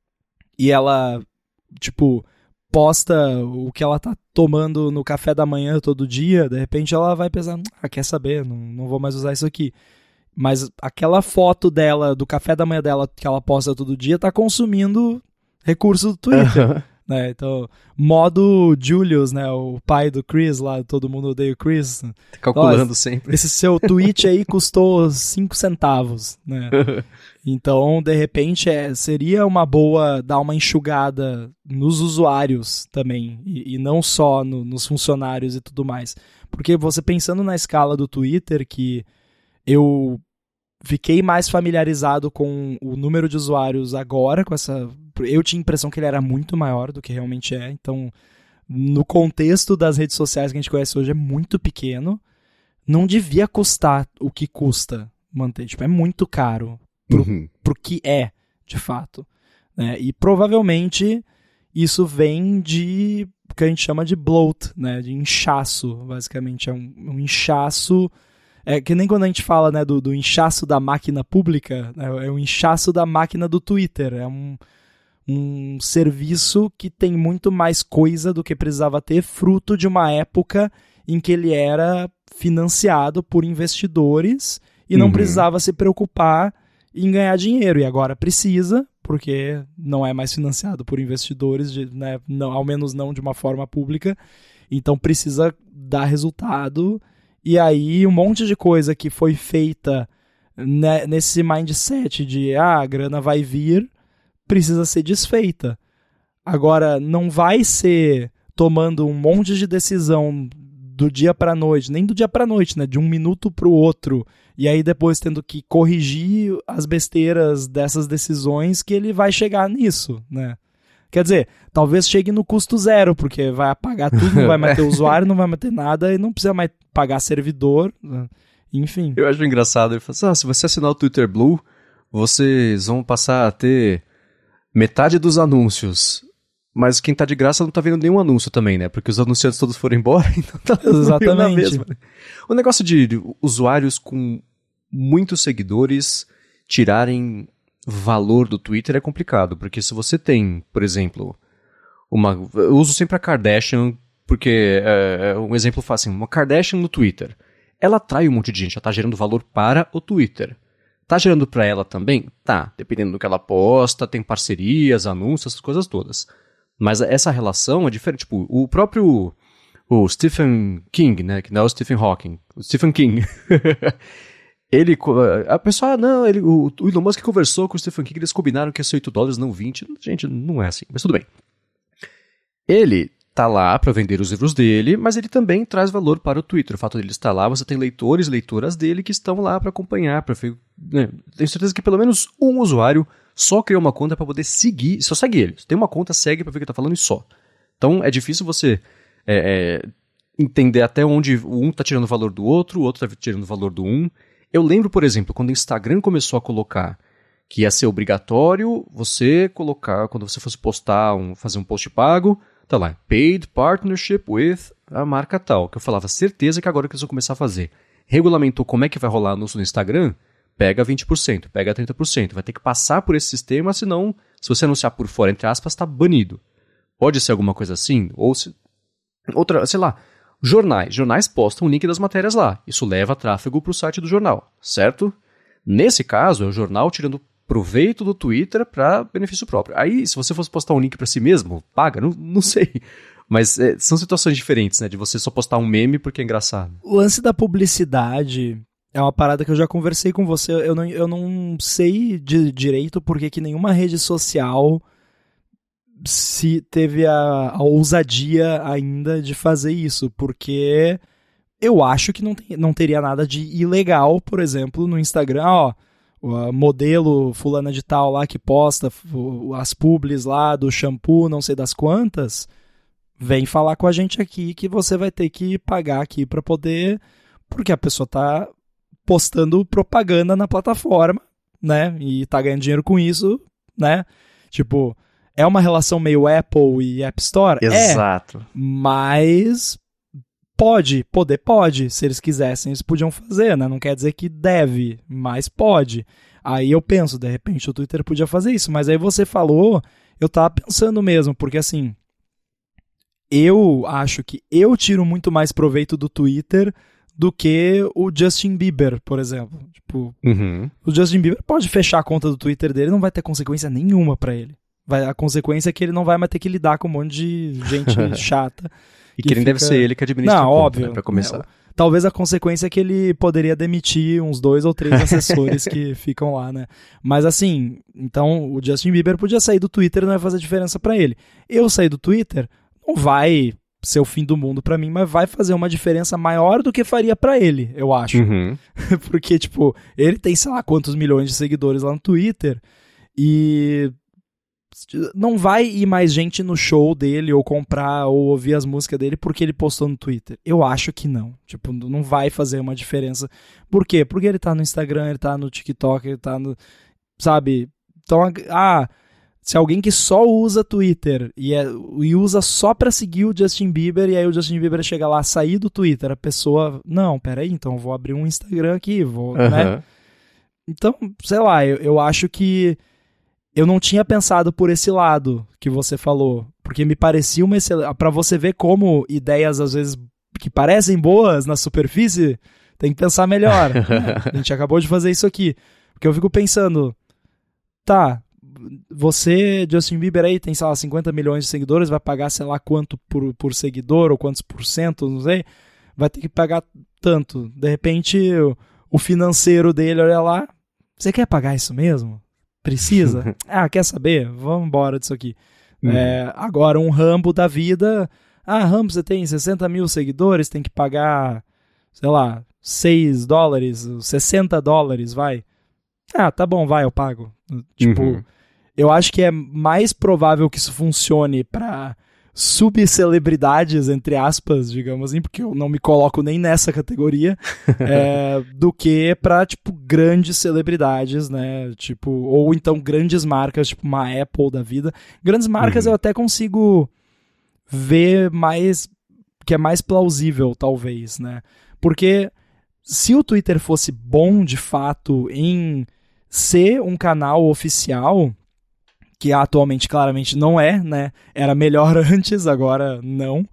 e ela, tipo, posta o que ela tá tomando no café da manhã todo dia, de repente ela vai pensar, ah, quer saber, não, não vou mais usar isso aqui. Mas aquela foto dela, do café da manhã dela, que ela posta todo dia, tá consumindo recursos do Twitter. Uhum. Né? Então, modo Julius, né? O pai do Chris lá, todo mundo odeia o Chris. Tá calculando Ó, sempre. Esse seu tweet aí custou cinco centavos, né? Então, de repente, é, seria uma boa dar uma enxugada nos usuários também, e, e não só no, nos funcionários e tudo mais. Porque você pensando na escala do Twitter, que eu fiquei mais familiarizado com o número de usuários agora, com essa. Eu tinha a impressão que ele era muito maior do que realmente é. Então, no contexto das redes sociais que a gente conhece hoje, é muito pequeno. Não devia custar o que custa manter. Tipo, é muito caro pro, uhum. pro que é, de fato. Né? E provavelmente isso vem de o que a gente chama de bloat, né? De inchaço, basicamente. É um, um inchaço. É que nem quando a gente fala, né, do, do inchaço da máquina pública, né, é o inchaço da máquina do Twitter. É um, um serviço que tem muito mais coisa do que precisava ter, fruto de uma época em que ele era financiado por investidores e não uhum. precisava se preocupar em ganhar dinheiro. E agora precisa, porque não é mais financiado por investidores, de, né, não, ao menos não de uma forma pública. Então precisa dar resultado. E aí um monte de coisa que foi feita né, nesse mindset de ah, a grana vai vir, precisa ser desfeita. Agora, não vai ser tomando um monte de decisão do dia para a noite, nem do dia para a noite, né, de um minuto para o outro, e aí depois tendo que corrigir as besteiras dessas decisões que ele vai chegar nisso, né? Quer dizer, talvez chegue no custo zero, porque vai apagar tudo, não vai mais ter usuário, não vai mais ter nada, e não precisa mais pagar servidor, enfim. Eu acho engraçado, ele fala assim, ah, se você assinar o Twitter Blue, vocês vão passar a ter metade dos anúncios, mas quem tá de graça não tá vendo nenhum anúncio também, né? Porque os anunciantes todos foram embora, então tá tudo na mesma. O negócio de usuários com muitos seguidores tirarem valor do Twitter é complicado, porque se você tem, por exemplo, uma... Eu uso sempre a Kardashian, porque é, é um exemplo fácil. Uma Kardashian no Twitter, ela atrai um monte de gente, ela tá gerando valor para o Twitter. Tá gerando para ela também? Tá, dependendo do que ela posta, tem parcerias, anúncios, essas coisas todas. Mas essa relação é diferente. Tipo, o próprio o Stephen King, né? Que não é o Stephen Hawking. O Stephen King. ele... A pessoa... Não, ele, o, o Elon Musk conversou com o Stephen King, eles combinaram que ia ser oito dólares, não vinte. Gente, não é assim. Mas tudo bem. Ele tá lá para vender os livros dele, mas ele também traz valor para o Twitter. O fato dele estar lá, você tem leitores e leitoras dele que estão lá para acompanhar. Pra... Né? Tenho certeza que pelo menos um usuário só criou uma conta para poder seguir, só segue ele. Se tem uma conta, segue para ver o que tá falando e só. Então é difícil você é, é, entender até onde um tá tirando o valor do outro, o outro tá tirando o valor do um. Eu lembro, por exemplo, quando o Instagram começou a colocar que ia ser obrigatório você colocar, quando você fosse postar, um, fazer um post pago, tá lá, paid partnership with a marca tal, que eu falava, certeza que agora que eles vão começar a fazer. Regulamentou como é que vai rolar anúncio no Instagram, pega vinte por cento, pega trinta por cento. Vai ter que passar por esse sistema, senão, se você anunciar por fora, entre aspas, está banido. Pode ser alguma coisa assim, ou se... Outra, sei lá, jornais. Jornais postam o link das matérias lá. Isso leva tráfego para o site do jornal, certo? Nesse caso, é o jornal tirando proveito do Twitter para benefício próprio. Aí, se você fosse postar um link para si mesmo, paga? Não, não sei. Mas é, são situações diferentes, né? De você só postar um meme porque é engraçado. O lance da publicidade... É uma parada que eu já conversei com você, eu não, eu não sei de direito porque que nenhuma rede social se teve a, a ousadia ainda de fazer isso, porque eu acho que não, tem, não teria nada de ilegal, por exemplo, no Instagram, ó, o modelo fulana de tal lá que posta as publis lá do shampoo, não sei das quantas, vem falar com a gente aqui que você vai ter que pagar aqui para poder, porque a pessoa tá postando propaganda na plataforma, né, e tá ganhando dinheiro com isso, né, tipo, é uma relação meio Apple e App Store? Exato. É, mas pode, poder pode, se eles quisessem, eles podiam fazer, né, não quer dizer que deve, mas pode. Aí eu penso, de repente o Twitter podia fazer isso, mas aí você falou, eu tava pensando mesmo, porque assim, eu acho que eu tiro muito mais proveito do Twitter do que o Justin Bieber, por exemplo. Tipo, uhum. O Justin Bieber pode fechar a conta do Twitter dele, não vai ter consequência nenhuma pra ele. Vai, a consequência é que ele não vai mais ter que lidar com um monte de gente chata. E que, que nem fica... deve ser ele que administra não, a conta, óbvio, né, pra começar. É, talvez a consequência é que ele poderia demitir uns dois ou três assessores que ficam lá, né? Mas assim, então o Justin Bieber podia sair do Twitter e não vai fazer diferença pra ele. Eu sair do Twitter, não vai ser o fim do mundo pra mim, mas vai fazer uma diferença maior do que faria pra ele, eu acho. Uhum. Porque, tipo, ele tem, sei lá, quantos milhões de seguidores lá no Twitter e não vai ir mais gente no show dele ou comprar ou ouvir as músicas dele porque ele postou no Twitter. Eu acho que não. Tipo, não vai fazer uma diferença. Por quê? Porque ele tá no Instagram, ele tá no TikTok, ele tá no... Sabe? Então, ah... Se alguém que só usa Twitter e, é, e usa só pra seguir o Justin Bieber, e aí o Justin Bieber chega lá, sair do Twitter, a pessoa, não, peraí, então eu vou abrir um Instagram aqui, vou, uhum. né? Então, sei lá, eu, eu acho que eu não tinha pensado por esse lado que você falou, porque me parecia uma excelente... Pra você ver como ideias, às vezes, que parecem boas na superfície, tem que pensar melhor. Né? A gente acabou de fazer isso aqui. Porque eu fico pensando, tá... Você, Justin Bieber, aí tem, sei lá, cinquenta milhões de seguidores, vai pagar, sei lá, quanto por, por seguidor, ou quantos por cento, não sei, vai ter que pagar tanto. De repente, o, o financeiro dele, olha lá, você quer pagar isso mesmo? Precisa? Ah, quer saber? Vamos embora disso aqui. Uhum. É, agora, um Rambo da vida, ah, Rambo, você tem sessenta mil seguidores, tem que pagar, sei lá, seis dólares, sessenta dólares, vai. Ah, tá bom, vai, eu pago. Tipo... Uhum. Eu acho que é mais provável que isso funcione para subcelebridades, entre aspas, digamos assim, porque eu não me coloco nem nessa categoria, é, do que pra, tipo, grandes celebridades, né, tipo, ou então grandes marcas, tipo uma Apple da vida. Grandes marcas uhum. eu até consigo ver mais, que é mais plausível, talvez, né, porque se o Twitter fosse bom, de fato, em ser um canal oficial, que atualmente claramente não é, né? Era melhor antes, agora não.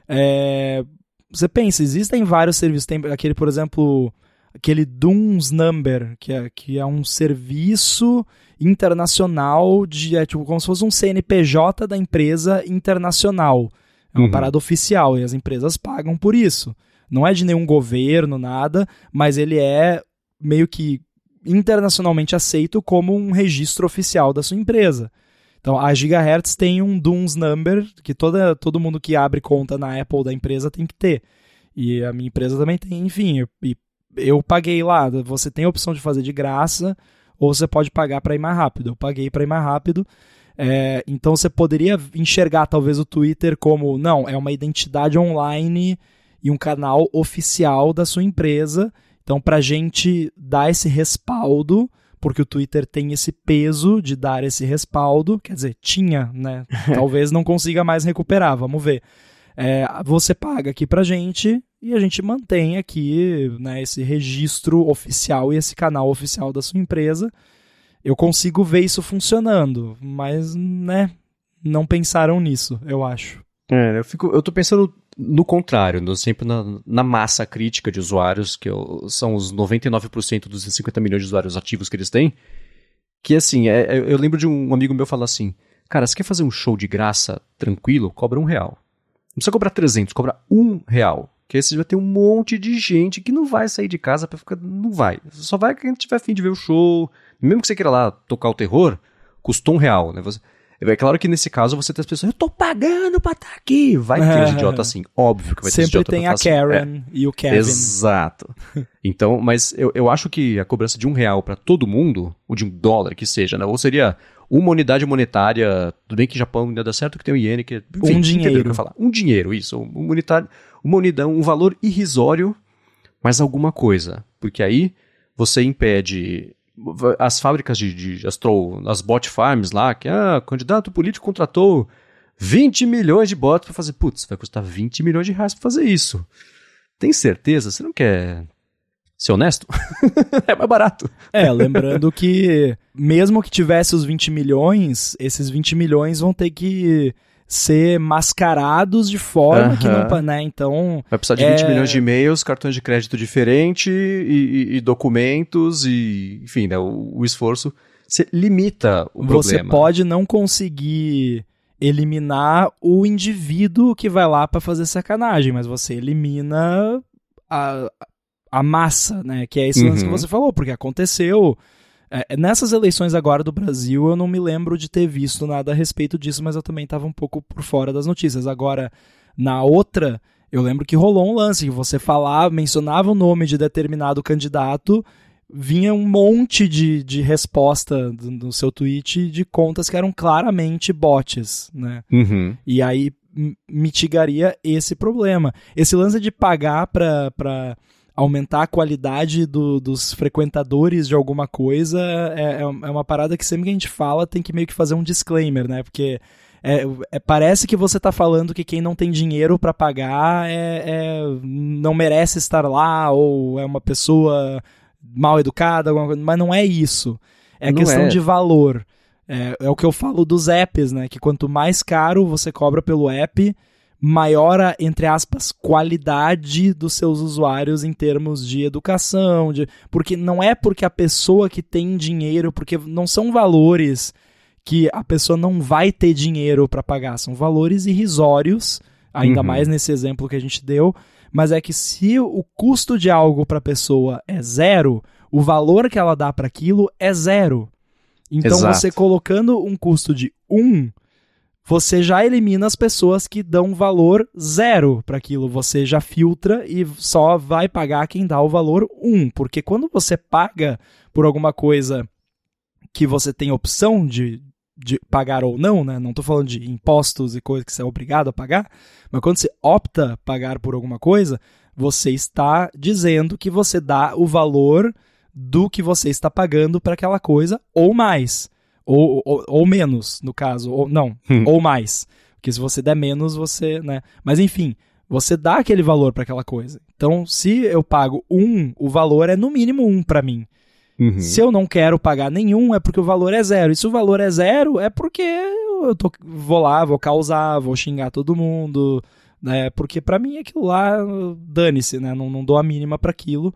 É... Você pensa, existem vários serviços. Tem aquele, por exemplo, aquele Duns Number, que é, que é um serviço internacional, de, é tipo como se fosse um C N P J da empresa internacional. É uma uhum. parada oficial e as empresas pagam por isso. Não é de nenhum governo, nada, mas ele é meio que internacionalmente aceito como um registro oficial da sua empresa. Então, a Gigahertz tem um Duns Number que toda, todo mundo que abre conta na Apple da empresa tem que ter. E a minha empresa também tem, enfim, eu, eu paguei lá. Você tem a opção de fazer de graça ou você pode pagar para ir mais rápido. Eu paguei para ir mais rápido. É, então, você poderia enxergar talvez o Twitter como, não, é uma identidade online e um canal oficial da sua empresa. Então, para a gente dar esse respaldo, porque o Twitter tem esse peso de dar esse respaldo, quer dizer, tinha, né? Talvez não consiga mais recuperar, vamos ver. É, você paga aqui pra gente e a gente mantém aqui, né, esse registro oficial e esse canal oficial da sua empresa. Eu consigo ver isso funcionando, mas, né, não pensaram nisso, eu acho. É, eu, fico, eu tô pensando no contrário, no, sempre na, na massa crítica de usuários, que eu, são os noventa e nove por cento dos cinquenta milhões de usuários ativos que eles têm, que assim, é, eu lembro de um amigo meu falar assim, cara, você quer fazer um show de graça tranquilo? Cobra um real. Não precisa cobrar trezentos, cobra um real. Que aí você vai ter um monte de gente que não vai sair de casa pra ficar, não vai. Só vai quem tiver afim de ver o show, mesmo que você queira lá tocar o terror, custou um real, né? Você... É claro que nesse caso você tem as pessoas, eu tô pagando pra estar aqui. Vai ter uns idiota assim, óbvio que vai ter Sempre idiota tem a Karen assim. É. e o Kevin. Exato. Então, mas eu, eu acho que a cobrança de um real pra todo mundo, ou de um dólar que seja, né? Ou seria uma unidade monetária, tudo bem que Japão ainda dá certo que tem o iene, que enfim, um dinheiro. É, lembrando que mesmo que tivesse os vinte milhões, esses vinte milhões vão ter que ser mascarados de forma uh-huh. que não... Né? Então, vai precisar de é... vinte milhões de e-mails, cartões de crédito diferentes e, e, e documentos e, enfim, né, o, o esforço. Você limita o Você problema. Você pode não conseguir eliminar o indivíduo que vai lá para fazer sacanagem, mas você elimina a, a massa, né? Que é esse lance uhum. que você falou, porque aconteceu... É, nessas eleições agora do Brasil, eu não me lembro de ter visto nada a respeito disso, mas eu também estava um pouco por fora das notícias. Agora, na outra, eu lembro que rolou um lance, que você falava, mencionava o nome de determinado candidato, vinha um monte de, de resposta no seu tweet de contas que eram claramente bots, né? Uhum. E aí mitigaria esse problema. Esse lance de pagar para... pra aumentar a qualidade do, dos frequentadores de alguma coisa é, é uma parada que sempre que a gente fala tem que meio que fazer um disclaimer, né? Porque é, é, parece que você tá falando que quem não tem dinheiro para pagar é, é, não merece estar lá ou é uma pessoa mal educada, alguma coisa, mas não é isso. É não questão é. de valor. É, é o que eu falo dos apps, né? Que quanto mais caro você cobra pelo app, maior a, entre aspas, qualidade dos seus usuários em termos de educação, de, porque não é porque a pessoa que tem dinheiro, porque não são valores que a pessoa não vai ter dinheiro para pagar, são valores irrisórios, ainda uhum. mais nesse exemplo que a gente deu, mas é que se o custo de algo para a pessoa é zero, o valor que ela dá para aquilo é zero. Então Exato. Você colocando um custo de um, você já elimina as pessoas que dão valor zero para aquilo. Você já filtra e só vai pagar quem dá o valor um. Porque quando você paga por alguma coisa que você tem opção de, de pagar ou não, né? Não estou falando de impostos e coisas que você é obrigado a pagar, mas quando você opta pagar por alguma coisa, você está dizendo que você dá o valor do que você está pagando para aquela coisa, ou mais, ou, ou, ou menos, no caso, ou não, Hum. ou mais. Porque se você der menos, você, né? Mas enfim, você dá aquele valor para aquela coisa. Então, se eu pago um, o valor é no mínimo um para mim. Uhum. Se eu não quero pagar nenhum, é porque o valor é zero. E se o valor é zero, é porque eu tô, vou lá, vou causar, vou xingar todo mundo, né? Porque pra mim aquilo lá, dane-se, né? Não, não dou a mínima pra aquilo.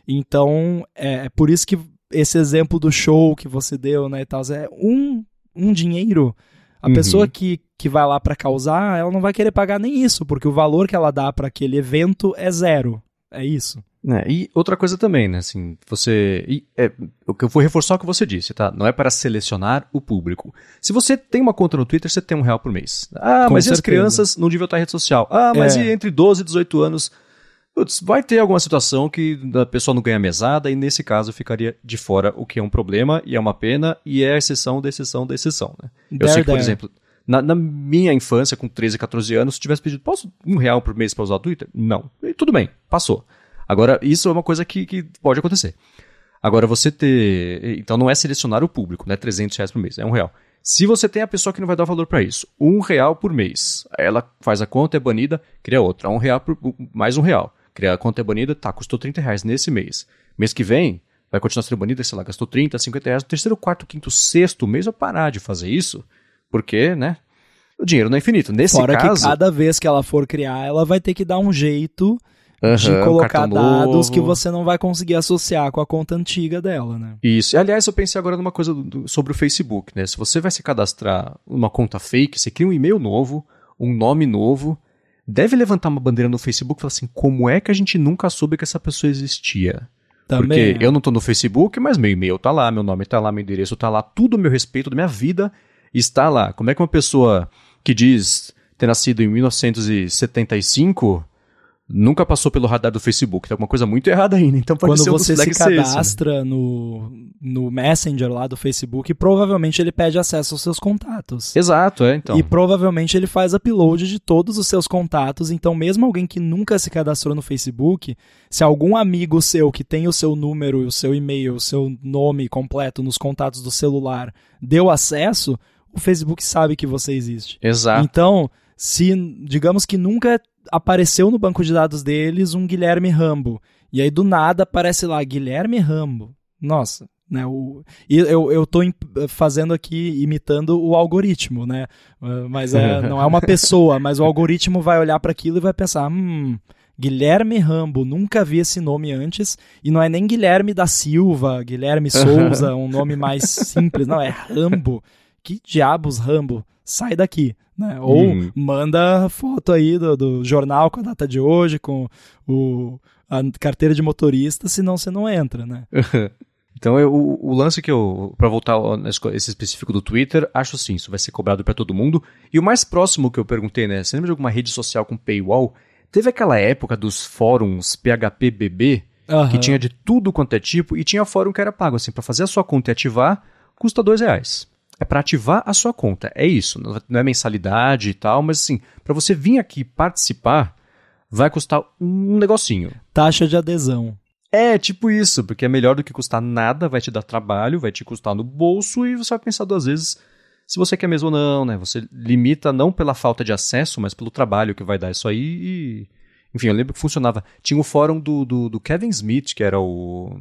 Então, é, é por isso que esse exemplo do show que você deu, né, e tal, é um, um dinheiro. A Uhum. pessoa que, que vai lá pra causar, ela não vai querer pagar nem isso, porque o valor que ela dá pra aquele evento é zero. É isso. É, e outra coisa também, né, assim, você, e, é, o que eu vou reforçar o que você disse, tá? Não é para selecionar o público. Se você tem uma conta no Twitter, você tem um real por mês. Ah, Com mas e as certeza. crianças não deviam estar em rede social? Ah, mas É. e entre doze e dezoito anos? Putz, vai ter alguma situação que a pessoa não ganha mesada e nesse caso ficaria de fora, o que é um problema e é uma pena e é a exceção da exceção da exceção, né? Eu There, sei que, por there. exemplo, na, na minha infância, com treze, catorze anos, se tivesse pedido, posso um real por mês para usar o Twitter? Não. E tudo bem, passou. Agora, isso é uma coisa que, que pode acontecer. Agora, você ter... Então, não é selecionar o público, né? trezentos reais por mês, é um real. Se você tem a pessoa que não vai dar valor para isso, um real por mês, ela faz a conta, é banida, cria outra, um real por... mais um real. Cria a conta, é banida, tá, custou trinta reais nesse mês. Mês que vem, vai continuar sendo banida, sei lá, gastou trinta, cinquenta reais. No terceiro, quarto, quinto, sexto mês, vai parar de fazer isso, porque, né? O dinheiro não é infinito. Nesse Fora caso... que cada vez que ela for criar, ela vai ter que dar um jeito... Uhum, de um colocar cartão dados novo. que você não vai conseguir associar com a conta antiga dela, né? Isso. E, aliás, eu pensei agora numa coisa do- sobre o Facebook, né? Se você vai se cadastrar numa conta fake, você cria um e-mail novo, um nome novo, deve levantar uma bandeira no Facebook e falar assim, como é que a gente nunca soube que essa pessoa existia? Também. Porque eu não tô no Facebook, mas meu e-mail tá lá, meu nome tá lá, meu endereço tá lá, tudo a meu respeito da minha vida está lá. Como é que uma pessoa que diz ter nascido em mil novecentos e setenta e cinco... nunca passou pelo radar do Facebook. Tem alguma coisa muito errada ainda. Então pode Quando ser um dos você se flags ser esse, né? cadastra no, no Messenger lá do Facebook, provavelmente ele pede acesso aos seus contatos. Exato, é, então. E provavelmente ele faz upload de todos os seus contatos. Então, mesmo alguém que nunca se cadastrou no Facebook, se algum amigo seu que tem o seu número, o seu e-mail, o seu nome completo nos contatos do celular deu acesso, o Facebook sabe que você existe. Exato. Então, se digamos que nunca apareceu no banco de dados deles um Guilherme Rambo, e aí do nada aparece lá Guilherme Rambo. Nossa, né? O, e eu, eu tô imp- fazendo aqui, imitando o algoritmo, né? Uh, Mas é, não é uma pessoa, mas o algoritmo vai olhar para aquilo e vai pensar, hum, Guilherme Rambo, nunca vi esse nome antes, e não é nem Guilherme da Silva, Guilherme Souza, um nome mais simples, não, é Rambo. Que diabos, Rambo? Sai daqui. Né? Ou Hum. manda foto aí do, do jornal com a data de hoje, com o, a carteira de motorista, senão você não entra, né? Então, eu, o, o lance que eu, pra voltar ao- nesse esse específico do Twitter, acho sim, isso vai ser cobrado pra todo mundo. E o mais próximo que eu perguntei, né, você lembra de alguma rede social com paywall? Teve aquela época dos fóruns P H P B B, Aham. que tinha de tudo quanto é tipo, e tinha fórum que era pago, assim, pra fazer a sua conta e ativar, custa dois reais. É pra ativar a sua conta, é isso, não não é mensalidade e tal, mas assim, pra você vir aqui participar, vai custar um negocinho. Taxa de adesão. É, tipo isso, porque é melhor do que custar nada, vai te dar trabalho, vai te custar no bolso e você vai pensar duas vezes se você quer mesmo ou não, né? Você limita não pela falta de acesso, mas pelo trabalho que vai dar isso aí e... Enfim, eu lembro que funcionava. Tinha o fórum do, do, do Kevin Smith, que era o...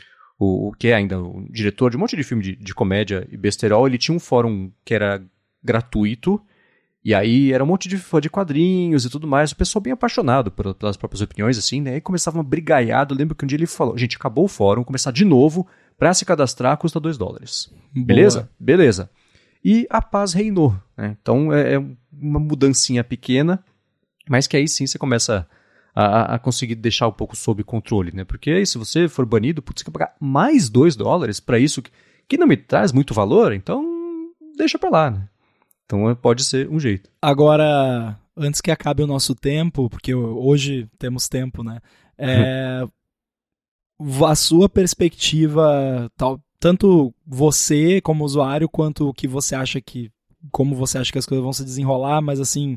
O, o que é ainda o diretor de um monte de filme de, de comédia e besterol, ele tinha um fórum que era gratuito, e aí era um monte de fã de quadrinhos e tudo mais, o pessoal bem apaixonado por, pelas próprias opiniões, assim, né? E começava uma brigaiada. Eu lembro que um dia ele falou, gente, acabou o fórum, começar de novo, pra se cadastrar custa dois dólares. Boa. Beleza? Beleza. E a paz reinou, né? Então é, é uma mudancinha pequena, mas que aí sim você começa a, a conseguir deixar um pouco sob controle, né? Porque aí, se você for banido, putz, você quer pagar mais dois dólares pra isso que, que não me traz muito valor, então deixa pra lá, né? Então pode ser um jeito. Agora, antes que acabe o nosso tempo, porque hoje temos tempo, né? É, a sua perspectiva, tal, tanto você como usuário, quanto o que você acha que, como você acha que as coisas vão se desenrolar, mas assim,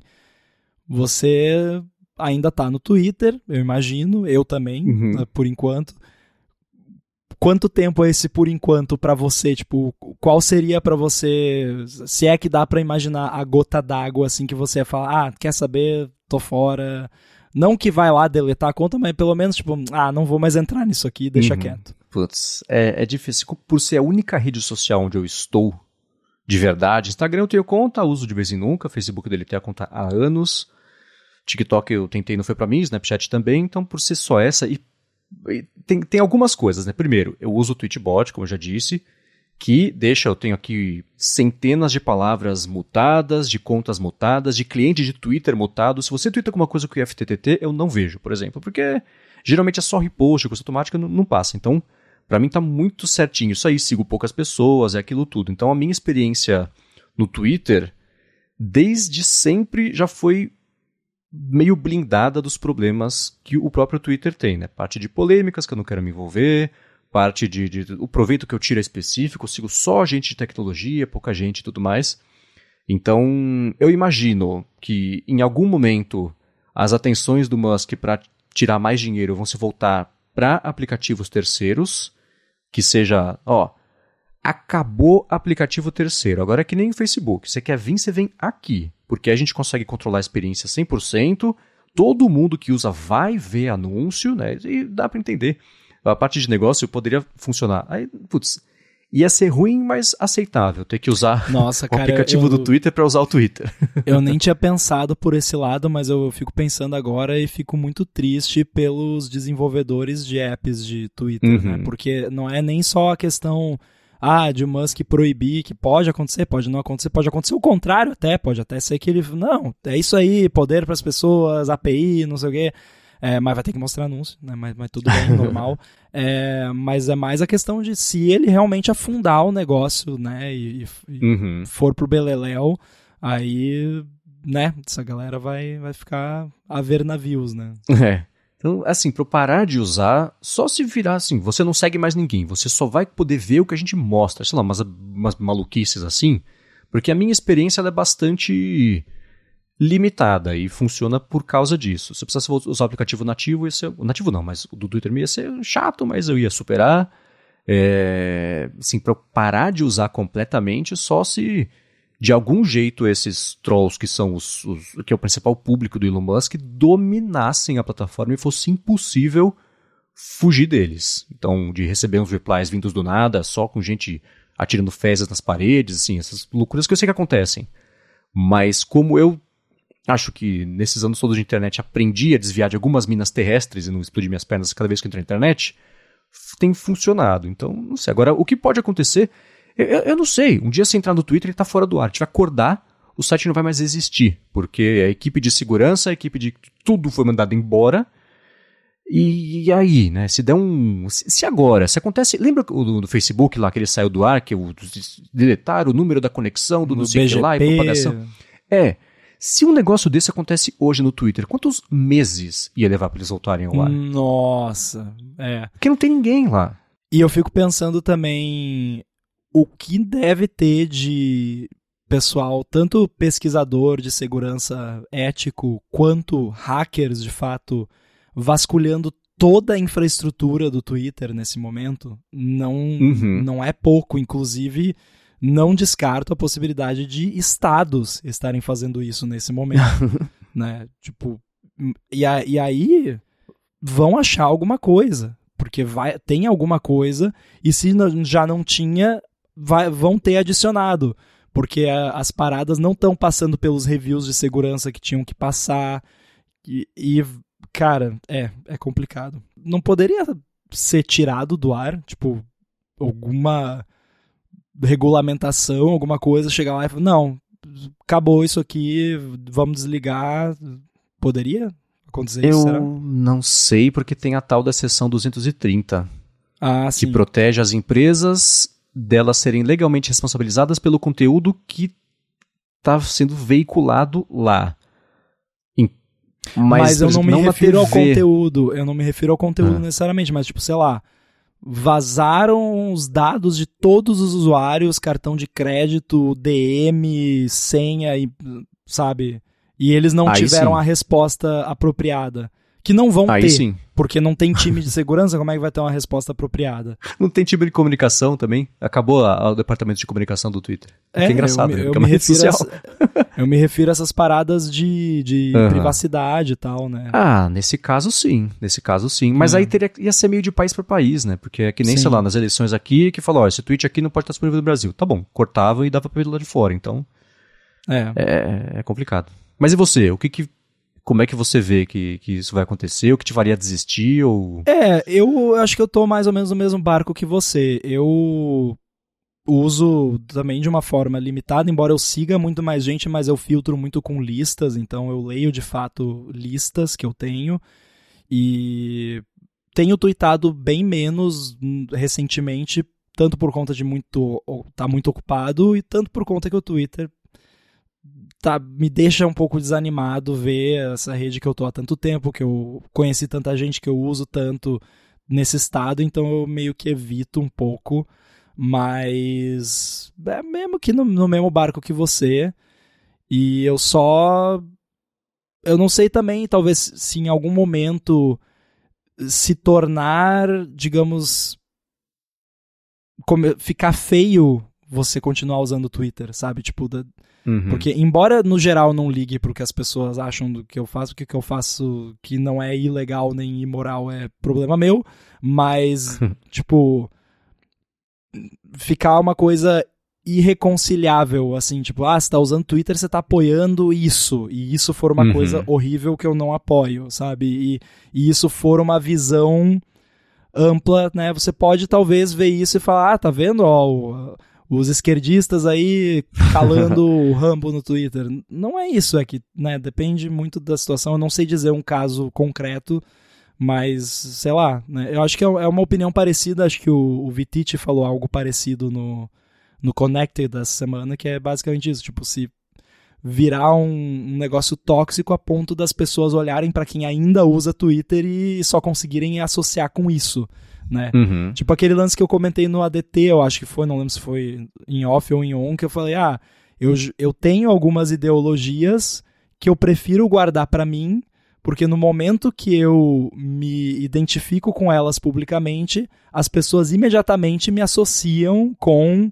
você ainda tá no Twitter, eu imagino, eu também, Uhum. né, por enquanto. Quanto tempo é esse por enquanto pra você? Tipo, qual seria pra você, se é que dá pra imaginar a gota d'água assim que você ia falar, ah, quer saber, tô fora. Não que vai lá deletar a conta, mas pelo menos tipo, ah, não vou mais entrar nisso aqui, deixa Uhum. quieto. Putz, é, é difícil. Por ser a única rede social onde eu estou de verdade, Instagram eu tenho conta, uso de vez em nunca, Facebook dele tem a conta há anos, TikTok eu tentei, não foi pra mim, Snapchat também, então por ser só essa, e, e tem, tem algumas coisas, né? Primeiro, eu uso o Tweetbot, como eu já disse, que deixa, eu tenho aqui centenas de palavras mutadas, de contas mutadas, de cliente de Twitter mutado. Se você twitta alguma coisa com o I F T T T, eu não vejo, por exemplo, porque geralmente é só repost, coisa automática, não, não passa. Então, pra mim tá muito certinho. Isso aí, sigo poucas pessoas, é aquilo tudo. Então, a minha experiência no Twitter, desde sempre, já foi meio blindada dos problemas que o próprio Twitter tem, né? Parte de polêmicas que eu não quero me envolver, parte de, de o proveito que eu tiro é específico, eu sigo só gente de tecnologia, pouca gente e tudo mais. Então, eu imagino que em algum momento as atenções do Musk para tirar mais dinheiro vão se voltar para aplicativos terceiros, que seja, ó, acabou aplicativo terceiro, agora é que nem o Facebook, você quer vir, você vem aqui, porque a gente consegue controlar a experiência cem por cento, todo mundo que usa vai ver anúncio, né, e dá para entender. A parte de negócio poderia funcionar. Aí, putz, ia ser ruim, mas aceitável ter que usar Nossa, o cara, aplicativo eu, do Twitter para usar o Twitter. Eu nem tinha pensado por esse lado, mas eu fico pensando agora e fico muito triste pelos desenvolvedores de apps de Twitter, Uhum. né? Porque não é nem só a questão ah, de Musk proibir, que pode acontecer, pode não acontecer, pode acontecer o contrário até, pode até ser que ele, não, é isso aí, poder para as pessoas, A P I, não sei o quê. É, mas vai ter que mostrar anúncio, né? Mas, mas tudo bem, normal. É, mas é mais a questão de se ele realmente afundar o negócio, né? E, e Uhum. for pro beleléu, aí, né? Essa galera vai, vai ficar a ver navios, né? É. Então, assim, para eu parar de usar, só se virar assim, você não segue mais ninguém, você só vai poder ver o que a gente mostra, sei lá, umas, umas maluquices assim, porque a minha experiência ela é bastante limitada e funciona por causa disso. Se eu precisasse usar o aplicativo nativo, ia ser, nativo não, mas o do Twitter ia ser chato, mas eu ia superar. É, assim, para eu parar de usar completamente, só se de algum jeito esses trolls que são os, os que é o principal público do Elon Musk dominassem a plataforma e fosse impossível fugir deles. Então, de receber uns replies vindos do nada, só com gente atirando fezes nas paredes, assim, essas loucuras que eu sei que acontecem. Mas como eu acho que nesses anos todos de internet aprendi a desviar de algumas minas terrestres e não explodir minhas pernas cada vez que eu entro na internet, tem funcionado. Então, não sei. Agora, o que pode acontecer, eu, eu não sei. Um dia você entrar no Twitter, ele tá fora do ar. A gente vai acordar, o site não vai mais existir, porque a equipe de segurança, a equipe de tudo foi mandada embora. E, e aí, né? Se der um... Se, se agora, se acontece... Lembra do, do Facebook lá, que ele saiu do ar, que o, deletaram o número da conexão, do não sei o que lá, e propagação? É... Se um negócio desse acontece hoje no Twitter, quantos meses ia levar para eles voltarem ao ar? Nossa, é. Porque não tem ninguém lá. E eu fico pensando também o que deve ter de pessoal, tanto pesquisador de segurança ético, quanto hackers, de fato, vasculhando toda a infraestrutura do Twitter nesse momento. Não, Uhum. não é pouco, inclusive... Não descarto a possibilidade de estados estarem fazendo isso nesse momento, né? Tipo, e, a, e aí vão achar alguma coisa, porque vai, tem alguma coisa, e se não, já não tinha, vai, vão ter adicionado, porque a, as paradas não estão passando pelos reviews de segurança que tinham que passar, e, e cara, é, é complicado. Não poderia ser tirado do ar, tipo, alguma... regulamentação, alguma coisa, chegar lá e falar, não, acabou isso aqui, vamos desligar. Poderia acontecer eu isso, será? Eu não sei, porque tem a tal da seção duzentos e trinta, ah, que sim. protege as empresas delas serem legalmente responsabilizadas pelo conteúdo que está sendo veiculado lá. Mas, mas eu não me não refiro ao T V. conteúdo, eu não me refiro ao conteúdo ah. necessariamente, mas tipo, sei lá, vazaram os dados de todos os usuários, cartão de crédito, D M, senha, e, sabe? E eles não Aí tiveram sim. a resposta apropriada. Que não vão Aí ter, sim. porque não tem time de segurança, como é que vai ter uma resposta apropriada? Não tem time de comunicação também? Acabou a, a, o departamento de comunicação do Twitter. É, que é engraçado, eu, né? eu, Porque é me uma rede refiro social. a, eu me refiro a essas paradas de, de Uhum. privacidade e tal, né? Ah, nesse caso sim, nesse caso sim. Mas É. aí teria, ia ser meio de país para país, né? Porque é que nem, Sim. sei lá, nas eleições aqui, que falou, ó, esse tweet aqui não pode estar disponível no Brasil. Tá bom, cortava e dava pra ver do lado de fora, então É. é, é complicado. Mas e você? O que que, como é que você vê que, que isso vai acontecer? O que te faria desistir? Ou... É, eu acho que eu tô mais ou menos no mesmo barco que você. Eu uso também de uma forma limitada, embora eu siga muito mais gente, mas eu filtro muito com listas, então eu leio de fato listas que eu tenho e tenho tweetado bem menos hum, recentemente, tanto por conta de muito tá muito ocupado e tanto por conta que o Twitter tá, me deixa um pouco desanimado ver essa rede que eu tô há tanto tempo, que eu conheci tanta gente, que eu uso tanto nesse estado, então eu meio que evito um pouco, mas é mesmo que no, no mesmo barco que você, e eu só... Eu não sei também, talvez, se em algum momento se tornar, digamos, come, ficar feio você continuar usando o Twitter, sabe? Tipo, da, Uhum. porque, embora no geral não ligue pro que as pessoas acham do que eu faço, o que eu faço que não é ilegal nem imoral é problema meu, mas, tipo, ficar uma coisa irreconciliável, assim, tipo, ah, você tá usando Twitter, você tá apoiando isso, e isso for uma Uhum. coisa horrível que eu não apoio, sabe? E, e isso for uma visão ampla, né? Você pode talvez ver isso e falar, ah, tá vendo, ó, o, os esquerdistas aí calando o Rambo no Twitter. Não é isso, é que, né, depende muito da situação. Eu não sei dizer um caso concreto, mas, sei lá, né, eu acho que é uma opinião parecida, acho que o, o Vititi falou algo parecido no, no Connected dessa semana, que é basicamente isso, tipo, se virar um, um negócio tóxico a ponto das pessoas olharem pra quem ainda usa Twitter e só conseguirem associar com isso, né? Uhum. Tipo aquele lance que eu comentei no A D T, eu acho que foi, não lembro se foi em off ou em on, que eu falei, ah, eu, eu tenho algumas ideologias que eu prefiro guardar pra mim, porque no momento que eu me identifico com elas publicamente, as pessoas imediatamente me associam com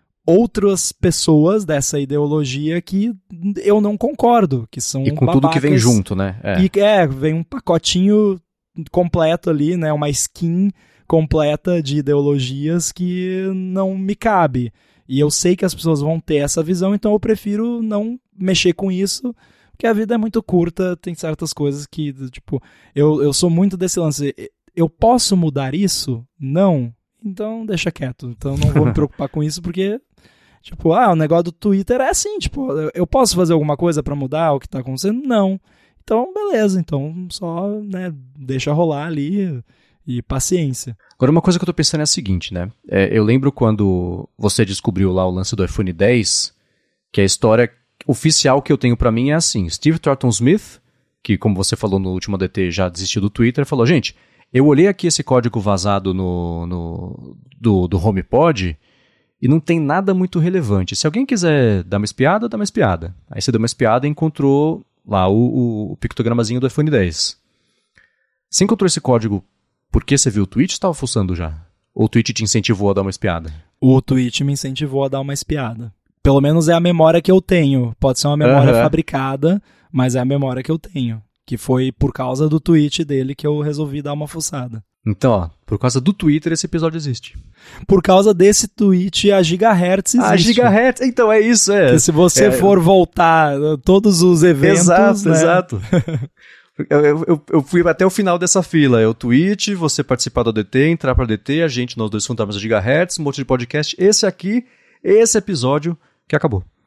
outras pessoas dessa ideologia que eu não concordo, que são E com babacas, tudo que vem junto, né? É. E é, vem um pacotinho completo ali, né, uma skin completa de ideologias que não me cabe. E eu sei que as pessoas vão ter essa visão, então eu prefiro não mexer com isso, porque a vida é muito curta, tem certas coisas que, tipo, eu, eu sou muito desse lance. Eu posso mudar isso? Não. Então deixa quieto. Então não vou me preocupar com isso, porque, tipo, ah, o negócio do Twitter é assim, tipo, eu posso fazer alguma coisa pra mudar o que tá acontecendo? Não. Então, beleza. Então só, né, deixa rolar ali e paciência. Agora, uma coisa que eu tô pensando é a seguinte, né? É, eu lembro quando você descobriu lá o lance do iPhone dez, que a história oficial que eu tenho pra mim é assim, Steve Troughton-Smith, que como você falou no último A D T já desistiu do Twitter, falou, gente, eu olhei aqui esse código vazado no, no, do, do HomePod e não tem nada muito relevante. Se alguém quiser dar uma espiada, dá uma espiada. Aí você deu uma espiada e encontrou lá o, o, o pictogramazinho do iPhone dez. Você encontrou esse código porque você viu o tweet ou estava fuçando já? Ou o tweet te incentivou a dar uma espiada? O tweet me incentivou a dar uma espiada. Pelo menos é a memória que eu tenho. Pode ser uma memória Uhum. fabricada, mas é a memória que eu tenho. Que foi por causa do tweet dele que eu resolvi dar uma fuçada. Então, ó, por causa do Twitter esse episódio existe. Por causa desse tweet, a Gigahertz existe. A Gigahertz, então é isso, é. Porque se você é, for voltar todos os eventos... Exato, né? exato. Eu, eu, eu fui até o final dessa fila. Eu tweet, você participar do A D T, entrar para A D T, a gente, nós dois fundamos a Gigahertz, um monte de podcast. Esse aqui, esse episódio que acabou.